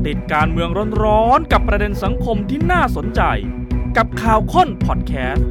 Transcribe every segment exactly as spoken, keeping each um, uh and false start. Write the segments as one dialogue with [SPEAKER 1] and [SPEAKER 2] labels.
[SPEAKER 1] ติดการเมืองร้อนๆกับประเด็นสังคมที่น่าสนใจกับข่าวค้นพอดแคสต์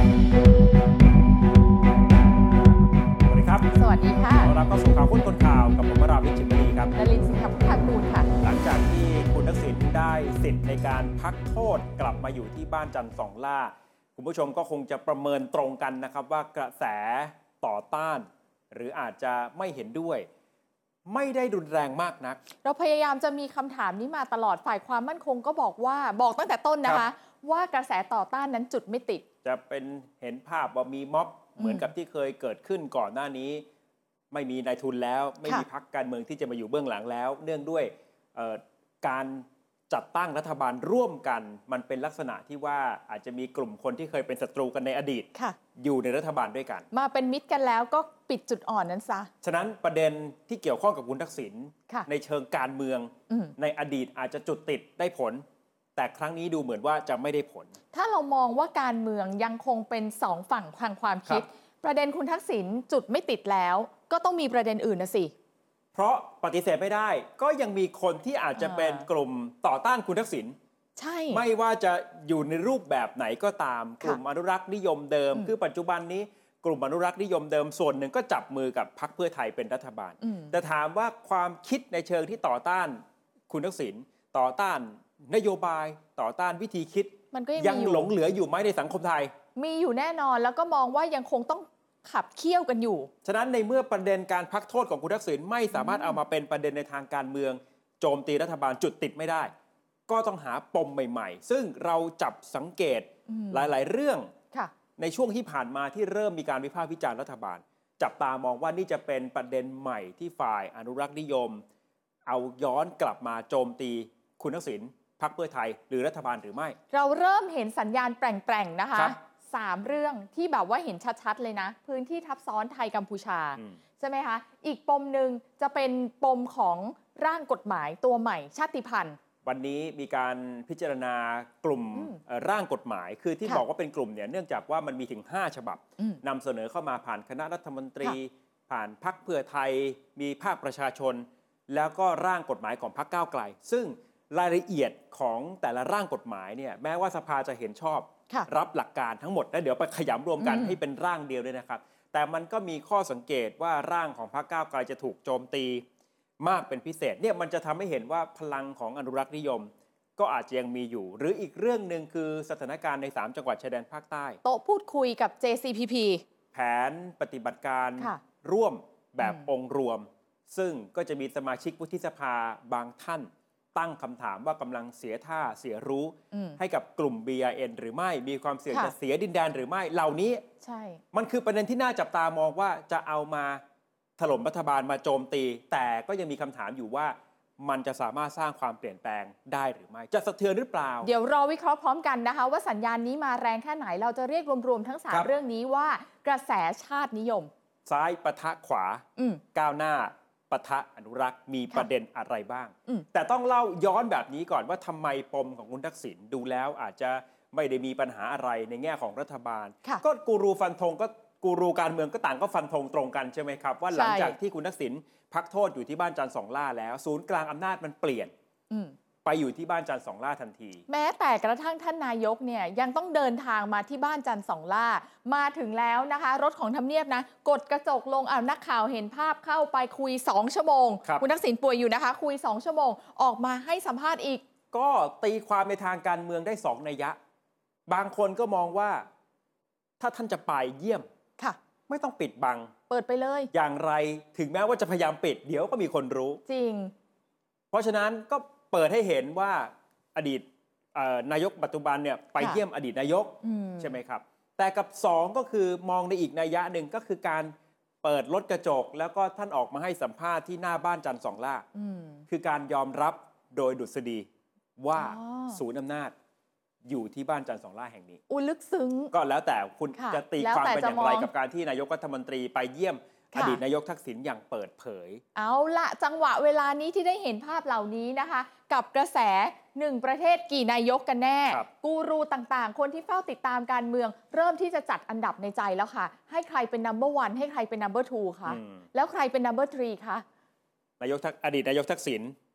[SPEAKER 2] สวัสดีครับ
[SPEAKER 3] สวัสดีค่ะ
[SPEAKER 2] เรารับเข้าสู่ข่าวค้นคนข่าวกับผมวราวิชิตมณีครับ
[SPEAKER 3] นลินทร์ สิงหพุทธกูลค่ะ
[SPEAKER 2] หลังจากที่คุณทักษิณได้สิทธิ์ในการพักโทษกลับมาอยู่ที่บ้านจันทร์สองล่าคุณผู้ชมก็คงจะประเมินตรงกันนะครับว่ากระแสต่อต้านหรืออาจจะไม่เห็นด้วยไม่ได้รุนแรงมากนัก
[SPEAKER 3] เราพยายามจะมีคำถามนี้มาตลอดฝ่ายความมั่นคงก็บอกว่าบอกตั้งแต่ต้นนะคะว่ากระแสต่อต้านนั้นจุดไม่ติด
[SPEAKER 2] จะเป็นเห็นภาพว่ามีม็อบเหมือนกับที่เคยเกิดขึ้นก่อนหน้านี้ไม่มีนายทุนแล้วไม่มีพรรคการเมืองที่จะมาอยู่เบื้องหลังแล้วเนื่องด้วยการจัดตั้งรัฐบาลร่วมกันมันเป็นลักษณะที่ว่าอาจจะมีกลุ่มคนที่เคยเป็นศัตรูกันในอดีตอยู่ในรัฐบาลด้วยกัน
[SPEAKER 3] มาเป็นมิตรกันแล้วก็ปิดจุดอ่อนนั้นซะ
[SPEAKER 2] ฉะนั้นประเด็นที่เกี่ยวข้องกับคุณทักษิณในเชิงการเมืองในอดีตอาจจะจุดติดได้ผลแต่ครั้งนี้ดูเหมือนว่าจะไม่ได้ผล
[SPEAKER 3] ถ้าเรามองว่าการเมืองยังคงเป็นสองฝั่งทางความคิดประเด็นคุณทักษิณจุดไม่ติดแล้วก็ต้องมีประเด็นอื่นนะสิ
[SPEAKER 2] เพราะปฏิเสธไม่ได้ก็ยังมีคนที่อาจจะเป็นกลุ่มต่อต้านคุณทักษิณ
[SPEAKER 3] ใช่
[SPEAKER 2] ไม่ว่าจะอยู่ในรูปแบบไหนก็ตามกลุ่มอนุรักษ์นิยมเดิมคือปัจจุบันนี้กลุ่มอนุรักษ์นิยมเดิมส่วนหนึ่งก็จับมือกับพรรคเพื่อไทยเป็นรัฐบาลแต่ถามว่าความคิดในเชิงที่ต่อต้านคุณทักษิณต่อต้านนโยบายต่อต้านวิธีคิด
[SPEAKER 3] มันก็
[SPEAKER 2] ยังหลงเหลืออยู่ไหมในสังคมไทย
[SPEAKER 3] มีอยู่แน่นอนแล้วก็มองว่ายังคงต้องขับเคี่ยวกันอยู่
[SPEAKER 2] ฉะนั้นในเมื่อประเด็นการพักโทษของคุณทักษิณไม่สามารถเอามาเป็นประเด็นในทางการเมืองโจมตีรัฐบาลจุดติดไม่ได้ก็ต้องหาปมใหม่ๆซึ่งเราจับสังเกตหลายๆเรื่องในช่วงที่ผ่านมาที่เริ่มมีการวิพากษ์วิจารณ์รัฐบาลจับตามองว่านี่จะเป็นประเด็นใหม่ที่ฝ่ายอนุรักษ์นิยมเอาย้อนกลับมาโจมตีคุณทักษิณพรรคเพื่อไทยหรือรัฐบาลหรือไม่
[SPEAKER 3] เราเริ่มเห็นสัญญาณแปลงๆนะคะสามเรื่องที่แบบว่าเห็นชัดๆเลยนะพื้นที่ทับซ้อนไทยกัมพูชาใช่ไหมคะอีกปมหนึ่งจะเป็นปมของร่างกฎหมายตัวใหม่ชาติพันธุ์
[SPEAKER 2] วันนี้มีการพิจารณากลุ่มร่างกฎหมายคือที่บอกว่าเป็นกลุ่มเนี่ยเนื่องจากว่ามันมีถึงห้าฉบับนำเสนอเข้ามาผ่านคณะรัฐมนตรีผ่านพรรคเพื่อไทยมีภาคประชาชนแล้วก็ร่างกฎหมายของพรรคก้าวไกลซึ่งรายละเอียดของแต่ละร่างกฎหมายเนี่ยแม้ว่าสภาจะเห็นชอบรับหลักการทั้งหมดแล้วเดี๋ยวไปขยำรวมกันให้เป็นร่างเดียวด้วยนะครับแต่มันก็มีข้อสังเกตว่าร่างของพรรคก้าวไกลจะถูกโจมตีมากเป็นพิเศษเนี่ยมันจะทำให้เห็นว่าพลังของอนุรักษ์นิยมก็อาจจะยังมีอยู่หรืออีกเรื่องนึงคือสถานการณ์ในสามจังหวัดชายแดนภาคใต้
[SPEAKER 3] โต๊ะพูดคุยกับ เจ ซี พี พี
[SPEAKER 2] แผนปฏิบัติการร่วมแบบองค์รวมซึ่งก็จะมีสมาชิกวุฒิสภาบางท่านตั้งคำถามว่ากำลังเสียท่าเสียรู้ให้กับกลุ่ม บี อาร์ เอ็น หรือไม่มีความเสี่ยงจะเสียดินแดนหรือไม่เหล่านี้
[SPEAKER 3] ใช่
[SPEAKER 2] มันคือประเด็นที่น่าจับตามองว่าจะเอามาถล่มรัฐบาลมาโจมตีแต่ก็ยังมีคำถามอยู่ว่ามันจะสามารถสร้างความเปลี่ยนแปลงได้หรือไม่จะสะเทือนหรือเปล่า
[SPEAKER 3] เดี๋ยวรอวิเคราะห์พร้อมกันนะคะว่าสัญญาณนี้มาแรงแค่ไหนเราจะเรียกรวมๆทั้งสามเรื่องนี้ว่ากระแสชาตินิยม
[SPEAKER 2] ซ้ายปะทะขวาก้าวหน้าปะทะอนุรักษ์มีประเด็นอะไรบ้างแต่ต้องเล่าย้อนแบบนี้ก่อนว่าทำไมปมของคุณทักษิณดูแล้วอาจจะไม่ได้มีปัญหาอะไรในแง่ของรัฐบาลก็กูรูฟันธงก็กูรูการเมืองก็ต่างก็ฟันธงตรงกันใช่ไหมครับว่าหลังจากที่คุณทักษิณพักโทษอยู่ที่บ้านจันทร์สองล่าแล้วศูนย์กลางอำนาจมันเปลี่ยนไปอยู่ที่บ้านจันทร์สองล่าทันที
[SPEAKER 3] แม้แต่กระทั่งท่านนายกเนี่ยยังต้องเดินทางมาที่บ้านจันทร์สองล่ามาถึงแล้วนะคะรถของทำเนียบนะกดกระจกลงเอานักข่าวเห็นภาพเข้าไปคุยสองชั่วโมง ค, คุณทักษิณป่วยอยู่นะคะคุยสองชั่วโมงออกมาให้สัมภาษณ์อีก
[SPEAKER 2] ก็ตีความในทางการเมืองได้สองนัยยะบางคนก็มองว่าถ้าท่านจะไปเยี่ยม
[SPEAKER 3] ค่ะ
[SPEAKER 2] ไม่ต้องปิดบัง
[SPEAKER 3] เปิดไปเลย
[SPEAKER 2] อย่างไรถึงแม้ว่าจะพยายามปิดเดี๋ยวก็มีคนรู้
[SPEAKER 3] จริง
[SPEAKER 2] เพราะฉะนั้นก็เปิดให้เห็นว่าอดีตนายกปัจจุบันเนี่ยไปเยี่ยมอดีตนายกใช่ไหมครับแต่กับสองก็คือมองในอีกนัยยะหนึ่งก็คือการเปิดรถกระจกแล้วก็ท่านออกมาให้สัมภาษณ์ที่หน้าบ้านจันทร์สองล่าคือการยอมรับโดยดุษฎีว่าศูนย์อำนาจอยู่ที่บ้านจันทร์สองล่าแห่งนี้
[SPEAKER 3] อุลึกซึ้ง
[SPEAKER 2] ก็แล้วแต่คุณจะตีความเป็นอย่างไรกับการที่นายกรัฐมนตรีไปเยี่ยมอดีตนายกทักษิณอย่างเปิดเผย
[SPEAKER 3] เอาละจังหวะเวลานี้ที่ได้เห็นภาพเหล่านี้นะคะกับกระแสหนึ่งประเทศกี่นายกกันแน่กูรูต่างๆคนที่เฝ้าติดตามการเมืองเริ่มที่จะจัดอันดับในใจแล้วค่ะให้ใครเป็น นัมเบอร์ วัน ให้ใครเป็น นัมเบอร์ ทู คะแล้วใครเป็น นัมเบอร์ ทรี คะ
[SPEAKER 2] นายกอดีตนายกทักษิณ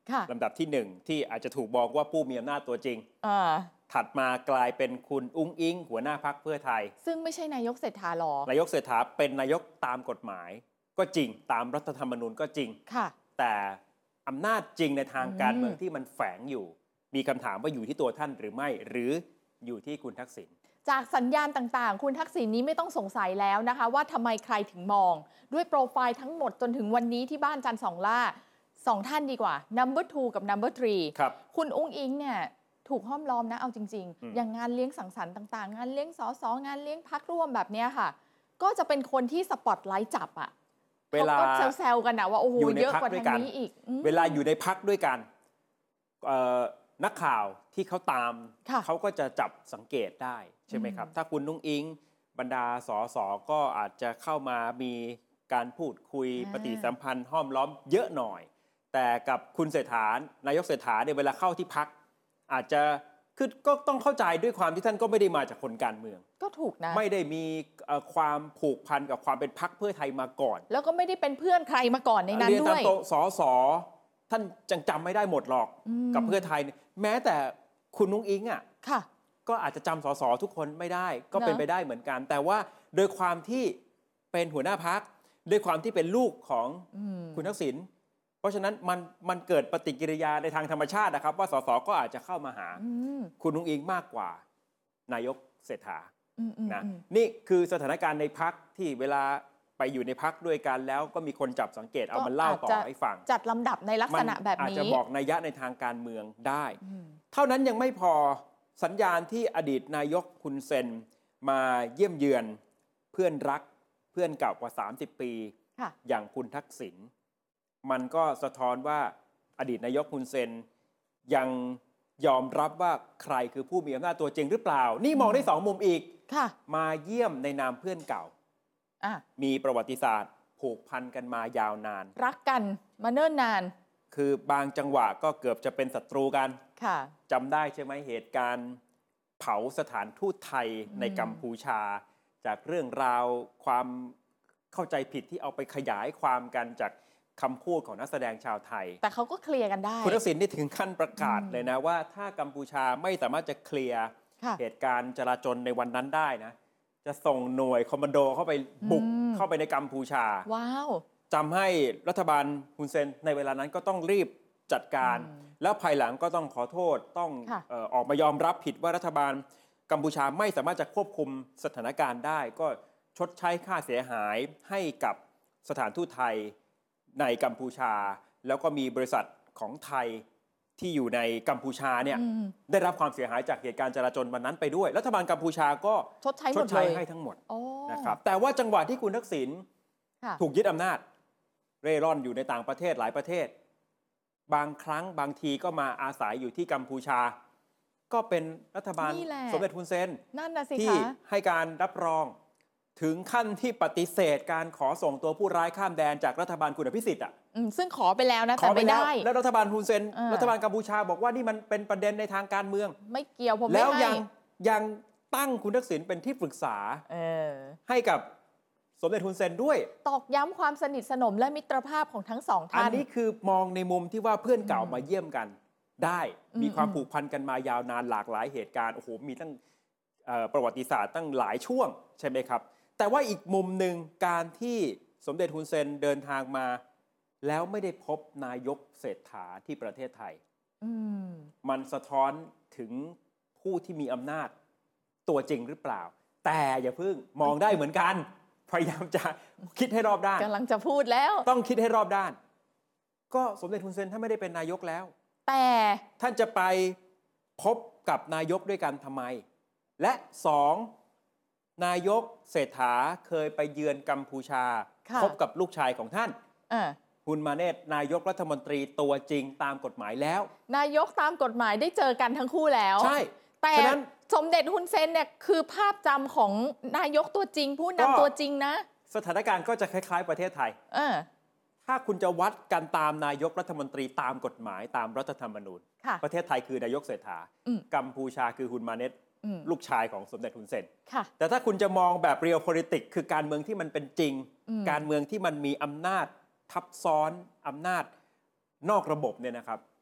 [SPEAKER 2] ลำดับที่หนึ่งที่อาจจะถูกบอกว่าผู้มีอำนาจตัวจริงถัดมากลายเป็นคุณอุ้งอิงหัวหน้าพรรคเพื่อไทย
[SPEAKER 3] ซึ่งไม่ใช่นายกเศรษฐาหรอน
[SPEAKER 2] ายกเศรษฐาเป็นนายกตามกฎหมายก็จริงตามรัฐธรรมนูญก็จริงแต่อำนาจจริงในทางการเมืองที่มันแฝงอยู่มีคำถามว่าอยู่ที่ตัวท่านหรือไม่หรืออยู่ที่คุณทักษิณ
[SPEAKER 3] จากสัญญาณต่างๆคุณทักษิณนี้ไม่ต้องสงสัยแล้วนะคะว่าทำไมใครถึงมองด้วยโปรไฟล์ทั้งหมดจนถึงวันนี้ที่บ้านจันทร์สองล่าสองท่านดีกว่า number two กับ number three
[SPEAKER 2] ครับ
[SPEAKER 3] คุณอุ้งอิงเนี่ยถูกห้อมล้อมนะเอาจริงๆอย่างงานเลี้ยงสังสรรค์ต่างๆงานเลี้ยงสสงานเลี้ยงพรรคร่วมแบบนี้ค่ะก็จะเป็นคนที่สปอตไลท์จับอะ
[SPEAKER 2] เวลา
[SPEAKER 3] แซวๆกันนะว่าโอ้โหเยอะกว่าทางนี้อีก
[SPEAKER 2] เวลาอยู่ในพรรคด้วยกันนักข่าวที่เขาตามเขาก็จะจับสังเกตได้ใช่ไหมครับถ้าคุณนุ้งอิงบรรดาสสก็อาจจะเข้ามามีการพูดคุยปฏิสัมพันธ์ห้อมล้อมเยอะหน่อยแต่กับคุณเศรษฐานายกเศรษฐาเนี่ยเวลาเข้าที่พรรคอาจจะคือก็ต้องเข้าใจด้วยความที่ท่านก็ไม่ได้มาจากคนการเมือง
[SPEAKER 3] ก็ถูกนะ
[SPEAKER 2] ไม่ได้มีความผูกพันกับความเป็นพรรคเพื่อไทยมาก่อน
[SPEAKER 3] แล้วก็ไม่ได้เป็นเพื่อนใครมาก่อนในนั้นด้วยเรียนตามโต
[SPEAKER 2] สสท่านจังจำไม่ได้หมดหรอกกับเพื่อไทยแม้แต่คุณนุ้งอิงอ่ะก็อาจจะจำสสทุกคนไม่ได้ก็เป็นไปได้เหมือนกันแต่ว่าโดยความที่เป็นหัวหน้าพรรคด้วยความที่เป็นลูกของคุณทักษิณเพราะฉะนั้นมันมันเกิดปฏิกิริยาในทางธรรมชาตินะครับว่าสสก็อาจจะเข้ามาหาคุณนุ้งอิงมากกว่านายกเศรษฐานะนี่คือสถานการณ์ในพรรคที่เวลาไปอยู่ในพรรคด้วยกันแล้วก็มีคนจับสังเกตเอามันเล่าต่อให้ฟัง
[SPEAKER 3] จัดลำดับในลักษณะแบบนี้
[SPEAKER 2] อาจจะบอกนัยยะในทางการเมืองได้เท่านั้นยังไม่พอสัญญาณที่อดีตนายกฮุนเซนมาเยี่ยมเยือนเพื่อนรักเพื่อนเก่ากว่าสามสิบปีอย่างคุณทักษิณมันก็สะท้อนว่าอดีตนายกฮุนเซนยังยอมรับว่าใครคือผู้มีอำนาจตัวจริงหรือเปล่านี่มองได้สองมุมอีกมาเยี่ยมในนามเพื่อนเก่ามีประวัติศาสตร์ผูกพันกันมายาวนาน
[SPEAKER 3] รักกันมาเนิ่นนาน
[SPEAKER 2] คือบางจังหวะก็เกือบจะเป็นศัตรูกันจำได้ใช่ไหมเหตุการณ์เผาสถานทูตไทยในกัมพูชาจากเรื่องราวความเข้าใจผิดที่เอาไปขยายความกันจากคำพูดของนักแสดงชาวไทย
[SPEAKER 3] แต่เขาก็เคลียร์กันได้
[SPEAKER 2] คุณทักษิณนี่ถึงขั้นประกาศเลยนะว่าถ้ากัมพูชาไม่สามารถจะเคลียร์เหตุการณ์จลาจลในวันนั้นได้นะจะส่งหน่วยคอมมานโดเข้าไปบุกเข้าไปในกัมพูชา
[SPEAKER 3] ว้าว
[SPEAKER 2] จำให้รัฐบาลฮุนเซนในเวลานั้นก็ต้องรีบจัดการแล้วภายหลังก็ต้องขอโทษต้องเอ่อออกมายอมรับผิดว่ารัฐบาลกัมพูชาไม่สามารถจะควบคุมสถานการณ์ได้ก็ชดใช้ค่าเสียหายให้กับสถานทูตไทยในกัมพูชาแล้วก็มีบริษัทของไทยที่อยู่ในกัมพูชาเนี่ยได้รับความเสียหายจากเหตุการณ์จลาจลวันนั้นไปด้วยรัฐบาลกัมพูชาก็
[SPEAKER 3] ชดใช้
[SPEAKER 2] ชดใช้ให้ทั้งหมดนะครับแต่ว่าจังหวะที่คุณทักษิณถูกยึดอำนาจเร่ร่อนอยู่ในต่างประเทศหลายประเทศบางครั้งบางทีก็มาอาศัยอยู่ที่กัมพูชาก็เป็นรัฐบาลสมเด็จฮุนเซนที่ให้การรับรองถึงขั้นที่ปฏิเสธการขอส่งตัวผู้ร้ายข้ามแดนจากรัฐบาลคุณอภิสิทธิ์อ่ะ
[SPEAKER 3] ซึ่งขอไปแล้วนะแต่ไม่ได้
[SPEAKER 2] แล้วรัฐบาลฮุนเซนรัฐบาลกัมพูชาบอกว่านี่มันเป็นประเด็นในทางการเมือง
[SPEAKER 3] ไม่เกี่ยวผมไม่ให้
[SPEAKER 2] แล้วยังยังตั้งคุณทักษิณเป็นที่ปรึกษาให้กับสมเด็จฮุนเซนด้วย
[SPEAKER 3] ตอกย้ำความสนิทสนมและมิตรภาพของทั้งสองท่าน
[SPEAKER 2] อันนี้คือมองในมุมที่ว่าเพื่อนเก่ามาเยี่ยมกันได้มีความผูกพันกันมายาวนานหลากหลายเหตุการณ์โอ้โหมีตั้งประวัติศาสตร์ตั้งหลายช่วงใช่ไหมครับแต่ว่าอีกมุมหนึ่งการที่สมเด็จฮุนเซนเดินทางมาแล้วไม่ได้พบนายกเศรษฐาที่ประเทศไทยมมันสะท้อนถึงผู้ที่มีอำนาจตัวจริงหรือเปล่าแต่อย่าเพิ่งมองได้เหมือนกันพยายามจะคิดให้รอบด้าน
[SPEAKER 3] กำลังจะพูดแล้ว
[SPEAKER 2] ต้องคิดให้รอบด้านก็สมเด็จฮุนเซนท่านไม่ได้เป็นนายกแล้ว
[SPEAKER 3] แต่
[SPEAKER 2] ท่านจะไปพบกับนายกด้วยกันทำไมและสองนายกเศรษฐาเคยไปเยือนกัมพูชาพบกับลูกชายของท่านฮุนมาเนตนายกรัฐมนตรีตัวจริงตามกฎหมายแล้ว
[SPEAKER 3] นายกตามกฎหมายได้เจอกันทั้งคู่แล้ว
[SPEAKER 2] ใช่
[SPEAKER 3] แต่สมเด็จฮุนเซนเนี่ยคือภาพจำของนายกตัวจริงผู้นำตัวจริงนะ
[SPEAKER 2] สถานการณ์ก็จะคล้ายๆประเทศไทยถ้าคุณจะวัดกันตามนายกรัฐมนตรีตามกฎหมายตามรัฐธรรมนูญประเทศไทยคือนายกเศรษฐากัมพูชาคือฮุนมาเนตลูกชายของสมเด็จฮุนเซนแต่ถ้าคุณจะมองแบบเรียล politics คือการเมืองที่มันเป็นจริงการเมืองที่มันมีอำนาจทับซ้อนอำนาจนอกระบบเนี่ยนะครับ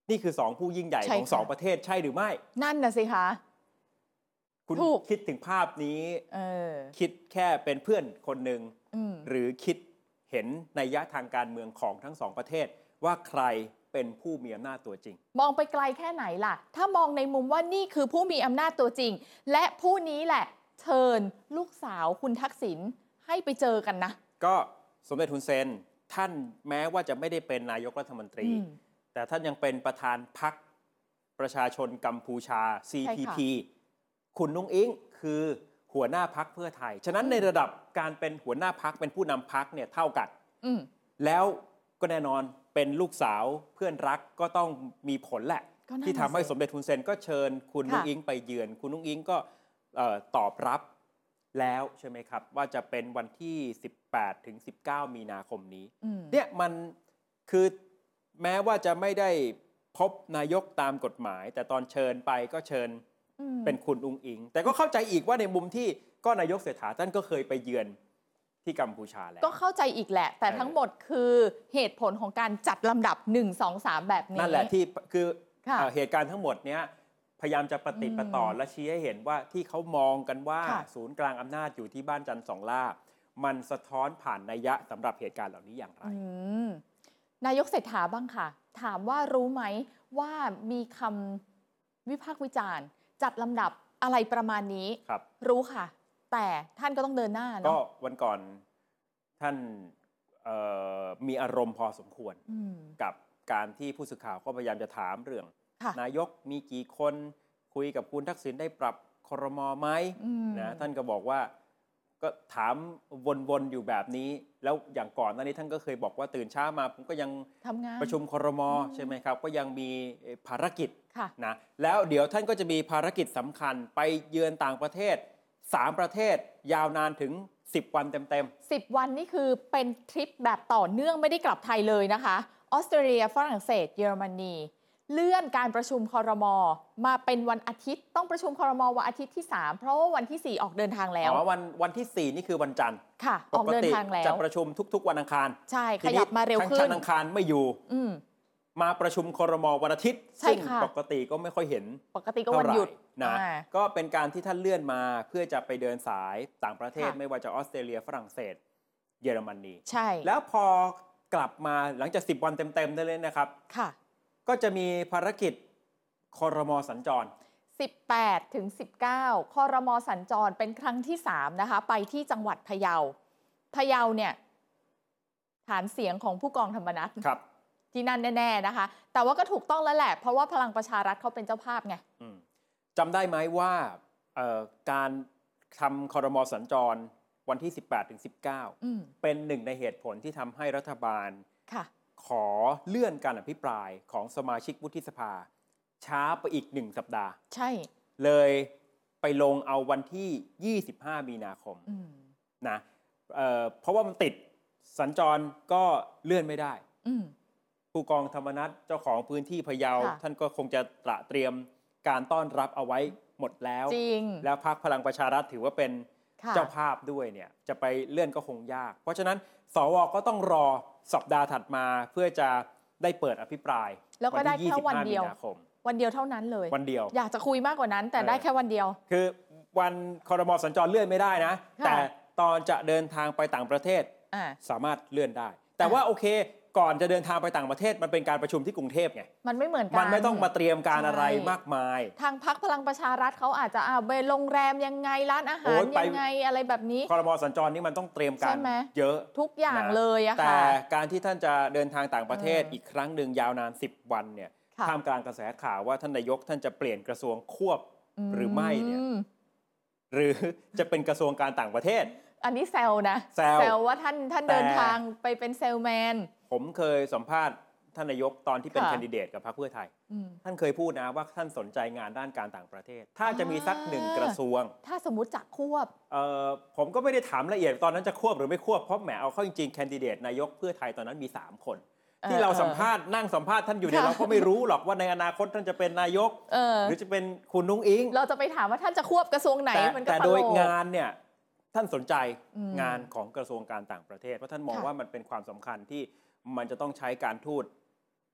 [SPEAKER 2] นี่คือสองผู้ยิ่งใหญ่ของสองประเทศใช่หรือไม่
[SPEAKER 3] นั่นน่ะสิคะ
[SPEAKER 2] คุณคิดถึงภาพนี้คิดแค่เป็นเพื่อนคนหนึ่งหรือคิดเห็นนัยยะทางการเมืองของทั้งสองประเทศว่าใครเป็นผู้มีอำนาจตัวจริง
[SPEAKER 3] มองไปไกลแค่ไหนล่ะถ้ามองในมุมว่านี่คือผู้มีอำนาจตัวจริงและผู้นี้แหละเชิญลูกสาวคุณทักษิณให้ไปเจอกันนะ
[SPEAKER 2] ก็สมเด็จฮุนเซนท่านแม้ว่าจะไม่ได้เป็นนายกรัฐมนตรีแต่ท่านยังเป็นประธานพรรคประชาชนกัมพูชา ซี พี พี คุณนุ้งอิงคือหัวหน้าพรรคเพื่อไทยฉะนั้นในระดับการเป็นหัวหน้าพรรคเป็นผู้นำพรรคเนี่ยเท่ากันแล้วก็แน่นอนเป็นลูกสาวเพื่อนรักก็ต้องมีผลแหละที่ทำให้สมเด็จฮุนเซนก็เชิญคุณนุ้งอิงไปเยือนคุณนุ้งอิงก็ตอบรับแล้วใช่ไหมครับว่าจะเป็นวันที่สิบแปดถึงสิบเก้ามีนาคมนี้เนี่ยมันคือแม้ว่าจะไม่ได้พบนายกตามกฎหมายแต่ตอนเชิญไปก็เชิญเป็นคุณอุ้งอิงแต่ก็เข้าใจอีกว่าในมุมที่ก็นายกเศรษฐาท่านก็เคยไปเยือนที่กัมพูชาแล้ว
[SPEAKER 3] ก็เข้าใจอีกแหละแต่ทั้งหมดคือเหตุผลของการจัดลำดับหนึ่ง สอง สามแบบนี้
[SPEAKER 2] นั่นแหละที่คือเหตุการณ์ทั้งหมดเนี้ยพยายามจะปฏิปต่อและชี้ให้เห็นว่าที่เขามองกันว่าศูนย์กลางอำนาจอยู่ที่บ้านจันทร์สองล่ามันสะท้อนผ่านนัยยะสำหรับเหตุการณ์เหล่านี้อย่างไร
[SPEAKER 3] นายกเศรษฐาบ้างค่ะถามว่ารู้ไหมว่ามีคำวิพากษ์วิจารณ์จัดลำดับอะไรประมาณนี้
[SPEAKER 2] ครับ
[SPEAKER 3] รู้ค่ะแต่ท่านก็ต้องเดินหน้าเนาะ
[SPEAKER 2] ก็วันก่อนท่านมีอารมณ์พอสมควรกับการที่ผู้สื่อข่าวก็พยายามจะถามเรื่องนายกมีกี่คนคุยกับคุณทักษิณได้ปรับครม.ไหมนะท่านก็บอกว่าก็ถามวนๆอยู่แบบนี้แล้วอย่างก่อนหน้านี้ท่านก็เคยบอกว่าตื่นเช้ามาผมก็ยัง
[SPEAKER 3] ทำงาน
[SPEAKER 2] ประชุมครม.ใช่ไหมครับก็ยังมีภารกิจนะแล้วเดี๋ยวท่านก็จะมีภารกิจสำคัญไปเยือนต่างประเทศสามประเทศยาวนานถึงสิบวันเต็ม
[SPEAKER 3] ๆสิบวันนี่คือเป็นทริปแบบต่อเนื่องไม่ได้กลับไทยเลยนะคะออสเตรเลียฝรั่งเศสเยอรมนีเลื่อนการประชุมครม.มาเป็นวันอาทิตย์ต้องประชุมครม.วันอาทิตย์ที่สามเพราะว่าวันที่สี่ออกเดินทางแล้ว
[SPEAKER 2] อ๋อวันวันที่สี่นี่คือวันจันทร์
[SPEAKER 3] ค่ะออกเดินทางแล้ว
[SPEAKER 2] จะประชุมทุกๆวันอังคาร
[SPEAKER 3] ใช่ขยับมาเร็วขึ้น
[SPEAKER 2] ทั้งจันทร์อังคารไม่อยู่มาประชุมครม.วันอาทิตย์ซึ่งปกติก็ไม่ค่อยเห็น
[SPEAKER 3] ปกติก็วันหยุด
[SPEAKER 2] นะก็เป็นการที่ท่านเลื่อนมาเพื่อจะไปเดินสายต่างประเทศไม่ว่าจะออสเตรเลียฝรั่งเศสเยอรมนี
[SPEAKER 3] ใช่
[SPEAKER 2] แล้วพอกลับมาหลังจากสิบวันเต็มๆได้เลยนะครับ
[SPEAKER 3] ค่ะ
[SPEAKER 2] ก็จะมีภารกิจครม.สัญจร
[SPEAKER 3] สิบแปดถึงสิบเก้าครม.สัญจรเป็นครั้งที่สามนะคะไปที่จังหวัดพะเยาพะเยาเนี่ยฐานเสียงของผู้กองธรรมนัส
[SPEAKER 2] ครับ
[SPEAKER 3] ที่นั่นแน่ๆนะคะแต่ว่าก็ถูกต้องแล้วแหละเพราะว่าพลังประชารัฐเขาเป็นเจ้าภาพไง
[SPEAKER 2] จำได้ไหมว่าการทำครม.สัญจรวันที่สิบแปดถึงสิบเก้าเป็นหนึ่งในเหตุผลที่ทำให้รัฐบาลขอเลื่อนการอภิปรายของสมาชิกวุฒิสภาช้าไปอีกหนึ่งสัปดาห์
[SPEAKER 3] ใช่
[SPEAKER 2] เลยไปลงเอาวันที่ยี่สิบห้ามีนาคมนะเ, เพราะว่ามันติดสัญจรก็เลื่อนไม่ได้ผู้กองธรรมนัสเจ้าของพื้นที่พะเยาท่านก็คงจะตระเตรียมการต้อนรับเอาไว้หมดแล้วแล้วพรรคพลังประชารัฐถือว่าเป็นเจ้าภาพด้วยเนี่ยจะไปเลื่อนก็คงยากเพราะฉะนั้นสวก็ต้องรอสัปดาห์ถัดมาเพื่อจะได้เปิดอภิปราย
[SPEAKER 3] แล้วก็ได้แค่วันเดียววันเดียวเท่านั้นเลย
[SPEAKER 2] วันเดียว
[SPEAKER 3] อยากจะคุยมากกว่านั้นแต่ได้แค่วันเดียว
[SPEAKER 2] คือวันครม.สัญจรเลื่อนไม่ได้นะแต่ตอนจะเดินทางไปต่างประเทศสามารถเลื่อนได้แต่ว่าโอเคก่อนจะเดินทางไปต่างประเทศมันเป็นการประชุมที่กรุงเทพไง
[SPEAKER 3] มันไม่เหมือนกัน
[SPEAKER 2] มันไม่ต้องมาเตรียมการอะไรมากมาย
[SPEAKER 3] ทางพรรคพลังประชารัฐเขาอาจจะเอาไปโรงแรมยังไงร้านอาหารยังไงอะไรแบบนี้
[SPEAKER 2] ครม.สัญจรนี่มันต้องเตรียมการเยอะ
[SPEAKER 3] ทุกอย่างเลยอะค่ะ
[SPEAKER 2] แต่การที่ท่านจะเดินทางต่างประเทศอีกครั้งหนึ่งยาวนานสิบวันเนี่ยท่ามกลางกระแสข่าวว่าท่านนายกท่านจะเปลี่ยนกระทรวงควบหรือไม่เนี่ยหรือจะเป็นกระทรวงการต่างประเทศ
[SPEAKER 3] อันนี้แซวนะ
[SPEAKER 2] แซว
[SPEAKER 3] ว่าท่านท่านเดินทางไปเป็นเซลแมน
[SPEAKER 2] ผมเคยสัมภาษณ์ท่านนายกตอนที่เป็นแคนดิเดตกับพรรคเพื่อไทยท่านเคยพูดนะว่าท่านสนใจงานด้านการต่างประเทศถ้าจะมีสักหนึ่งกระทรวง
[SPEAKER 3] ถ้าสมมุติจะควบ
[SPEAKER 2] เอ่อผมก็ไม่ได้ถามละเอียดตอนนั้นจะควบหรือไม่ควบเพราะแหมเอาเข้าจริงๆแคนดิเดตนายกเพื่อไทยตอนนั้นมีสามคนที่เราสัมภาษณ์นั่งสัมภาษณ์ท่านอยู่เนี่ยเราก็ไม่รู้หรอกว่าในอนาคตท่านจะเป็นนายกหรือจะเป็นคุณนุ้งอิง
[SPEAKER 3] เราจะไปถามว่าท่านจะควบกระทรวงไหนมันก็
[SPEAKER 2] แต่โดยงานเนี่ยท่านสนใจงานของกระทรวงการต่างประเทศเพราะท่านมองว่ามันเป็นความสำคัญที่มันจะต้องใช้การทูต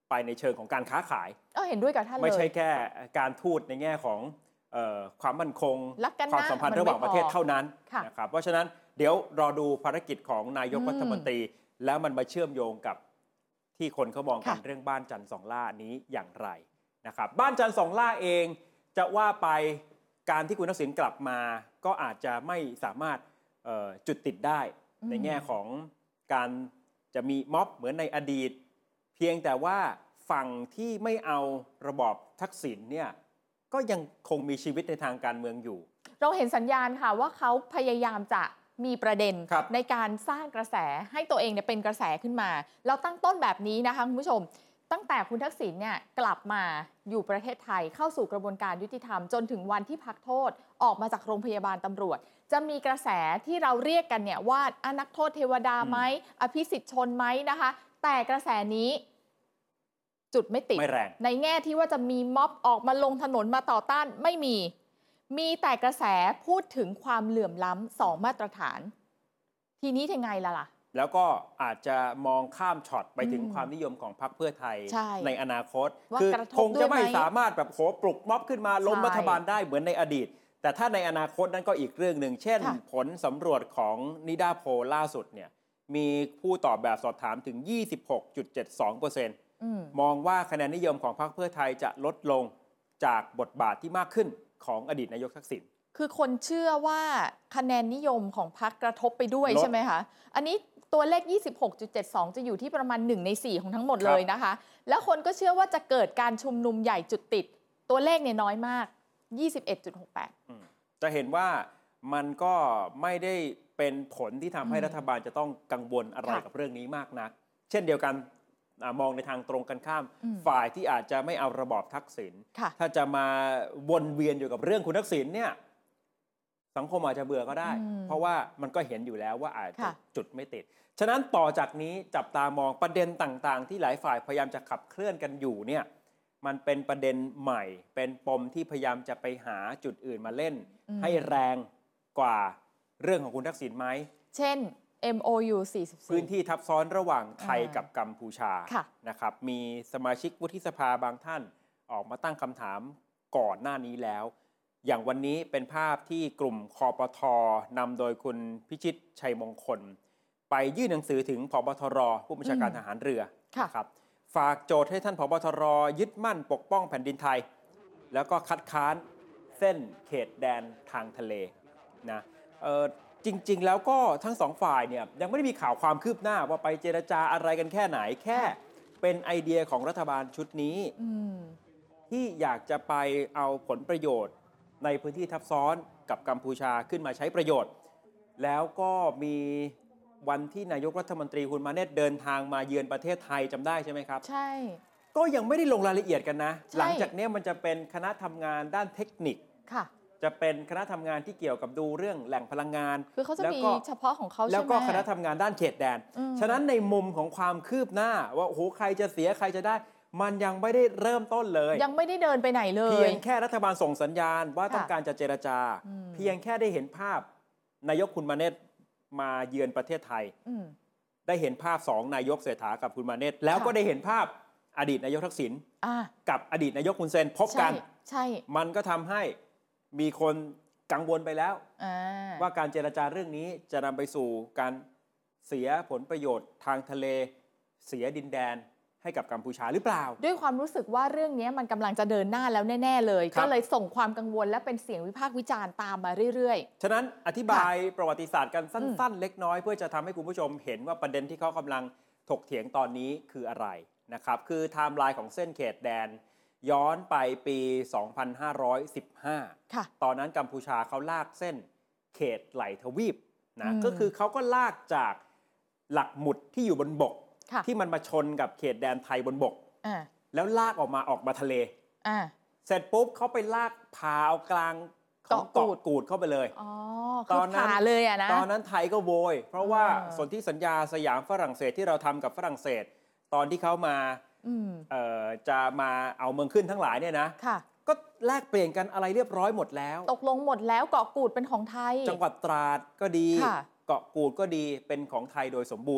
[SPEAKER 2] ไปในเชิงของการค้าขาย
[SPEAKER 3] เออเห็นด้วยกับท่านเลย
[SPEAKER 2] ไม่ใช่แค่การทูตในแง่ของเอ่อความมั่นคงความสัมพันธ์ระหว่างประเทศเท่านั้นนะครับเพราะฉะนั้นเดี๋ยวรอดูภารกิจของนายกรัฐมนตรีแล้วมันมาเชื่อมโยงกับที่คนเขามองกันเรื่องบ้านจันทร์สองล่านี้อย่างไรนะครับบ้านจันทร์สองล่าเองจะว่าไปการที่คุณทักษิณกลับมาก็อาจจะไม่สามารถจุดติดได้ในแง่ของการจะมีม็อบเหมือนในอดีตเพียงแต่ว่าฝั่งที่ไม่เอาระบอบทักษิณเนี่ยก็ยังคงมีชีวิตในทางการเมืองอยู่
[SPEAKER 3] เราเห็นสัญญาณค่ะว่าเขาพยายามจะมีประเด็นในการสร้างกระแสให้ตัวเองเนี่ยเป็นกระแสขึ้นมาเราตั้งต้นแบบนี้นะคะคุณผู้ชมตั้งแต่คุณทักษิณเนี่ยกลับมาอยู่ประเทศไทยเข้าสู่กระบวนการยุติธรรมจนถึงวันที่พักโทษออกมาจากโรงพยาบาลตำรวจจะมีกระแสที่เราเรียกกันเนี่ยว่าอนักโทษเทวดาไหมอภิสิทธิ์ชนไหมนะคะแต่กระแสนี้จุดไม่ติด
[SPEAKER 2] ไม่แรง
[SPEAKER 3] ในแง่ที่ว่าจะมีม็อบออกมาลงถนนมาต่อต้านไม่มีมีแต่กระแสพูดถึงความเหลื่อมล้ำสองมาตรฐานทีนี้ยังไงล่ะล่ะ
[SPEAKER 2] แล้วก็อาจจะมองข้ามช็อตไปถึงความนิยมของพรรคเพื่อไทย
[SPEAKER 3] ใ,
[SPEAKER 2] ในอนาคตคือคงจะไม่สามารถแบบโหปลุกม็อบขึ้นมาล้มรัฐบาลได้เหมือนในอดีตแต่ถ้าในอนาคตนั้นก็อีกเรื่องหนึ่งเช่นผลสำรวจของนิดาโพลล่าสุดเนี่ยมีผู้ตอบแบบสอบถามถึง ยี่สิบหกจุดเจ็ดสองเปอร์เซ็นต์ มองว่าคะแนนนิยมของพรรคเพื่อไทยจะลดลงจากบทบาทที่มากขึ้นของอดีตนายกทักษิณ
[SPEAKER 3] คือคนเชื่อว่าคะแนนนิยมของพรรคกระทบไปด้วยใช่ไหมคะอันนี้ตัวเลข ยี่สิบหกจุดเจ็ดสอง จะอยู่ที่ประมาณหนึ่งในสี่ของทั้งหมดเลยนะคะแล้วคนก็เชื่อว่าจะเกิดการชุมนุมใหญ่จุดติดตัวเลขเนี่ยน้อยมาก ยี่สิบเอ็ดจุดหกแปด
[SPEAKER 2] จะเห็นว่ามันก็ไม่ได้เป็นผลที่ทำให้รัฐบาลจะต้องกังวลอะไรกับเรื่องนี้มากนักเช่นเดียวกันมองในทางตรงกันข้ามฝ่ายที่อาจจะไม่เอาระบอบทักษิณถ้าจะมาวนเวียนอยู่กับเรื่องคุณทักษิณเนี่ยสังคมอาจจะเบื่อก็ได้เพราะว่ามันก็เห็นอยู่แล้วว่าอาจจะจุดไม่ติดฉะนั้นต่อจากนี้จับตามองประเด็นต่างๆที่หลายฝ่ายพยายามจะขับเคลื่อนกันอยู่เนี่ยมันเป็นประเด็นใหม่เป็นปมที่พยายามจะไปหาจุดอื่นมาเล่นให้แรงกว่าเรื่องของคุณทักษิณไหม
[SPEAKER 3] เช่น เอ็ม โอ ยู สี่สิบสี่
[SPEAKER 2] พื้นที่ทับซ้อนระหว่างไทยกับกัมพูชานะครับมีสมาชิกวุฒิสภาบางท่านออกมาตั้งคำถามก่อนหน้านี้แล้วอย่างวันนี้เป็นภาพที่กลุ่มคปท.นำโดยคุณพิชิตชัยมงคลไปยื่นหนังสือถึงผบ.ทร.ผู้บัญชาการทหารเรือนะครับฝากโจทย์ให้ท่านผบ.ทร.ยึดมั่นปกป้องแผ่นดินไทยแล้วก็คัดค้านเส้นเขตแดนทางทะเลนะเอ่อจริงๆแล้วก็ทั้งสองฝ่ายเนี่ยยังไม่ได้มีข่าวความคืบหน้าว่าไปเจรจาอะไรกันแค่ไหนแค่เป็นไอเดียของรัฐบาลชุดนี้ที่อยากจะไปเอาผลประโยชน์ในพื้นที่ทับซ้อนกับกัมพูชาขึ้นมาใช้ประโยชน์แล้วก็มีวันที่นายกรัฐมนตรีคุณมาเนตเดินทางมาเยือนประเทศไทยจำได้ใช่ไหมครับ
[SPEAKER 3] ใช่
[SPEAKER 2] ก็ยังไม่ได้ลงรายละเอียดกันนะหลังจากนี้มันจะเป็นคณะทำงานด้านเทคนิค
[SPEAKER 3] ค่ะ
[SPEAKER 2] จะเป็นคณะทำงานที่เกี่ยวกับดูเรื่องแหล่งพลังงาน
[SPEAKER 3] คือเขาจะมีเฉพาะของเขาใช่ไหม
[SPEAKER 2] แล้วก็คณะทำงานด้านเขตแดนฉะนั้นในมุมของความคืบหน้าว่าโอ้โหใครจะเสียใครจะได้มันยังไม่ได้เริ่มต้นเลย
[SPEAKER 3] ยังไม่ได้เดินไปไหนเลย
[SPEAKER 2] เพียงแค่รัฐบาลส่งสัญญาณว่าต้องการจะเจรจาเพียงแค่ได้เห็นภาพนายกคุณมาเนตมาเยือนประเทศไทยได้เห็นภาพสองนายกเศรษฐากับคุณมาเนตแล้วก็ได้เห็นภาพอดีตนายกทักษิณกับอดีตนายกฮุนเซนพบกัน
[SPEAKER 3] ใช่
[SPEAKER 2] มันก็ทำให้มีคนกังวลไปแล้วว่าการเจรจาเรื่องนี้จะนำไปสู่การเสียผลประโยชน์ทางทะเลเสียดินแดนให้กับกัมพูชาหรือเปล่า
[SPEAKER 3] ด้วยความรู้สึกว่าเรื่องนี้มันกำลังจะเดินหน้าแล้วแน่ๆเลยก็เลยส่งความกังวลและเป็นเสียงวิพากษ์วิจารณ์ตามมาเรื่อย
[SPEAKER 2] ๆฉะนั้นอธิบายประวัติศาสตร์กันสั้นๆเล็กน้อยเพื่อจะทำให้คุณผู้ชมเห็นว่าประเด็นที่เขากำลังถกเถียงตอนนี้คืออะไรนะครับคือไทม์ไลน์ของเส้นเขตแดนย้อนไปปี สองพันห้าร้อยสิบห้า ตอนนั้นกัมพูชาเขาลากเส้นเขตไหลทวีปนะก็คือเขาก็ลากจากหลักหมุดที่อยู่บนบกที่มันมาชนกับเขตแดนไทยบนบกแล้วลากออกมาออกมาทะเลเสร็จปุ๊บเขาไปลากพาเอากลางของเกาะกูดเข้าไปเลย
[SPEAKER 3] ตอนนั้นเลยอะนะ
[SPEAKER 2] ตอนนั้นไทยก็โวยเพราะว่าสนธิสัญญาสยามฝรั่งเศสที่เราทำกับฝรั่งเศสตอนที่เขามาจะมาเอาเมืองขึ้นทั้งหลายเนี่ยนะก็แลกเปลี่ยนกันอะไรเรียบร้อยหมดแล้ว
[SPEAKER 3] ตกลงหมดแล้วเกาะกูดเป็นของไทย
[SPEAKER 2] จังหวัดตราดก็ดีเกาะกูดก็ดีเป็นของไทยโดยสมบูรณ์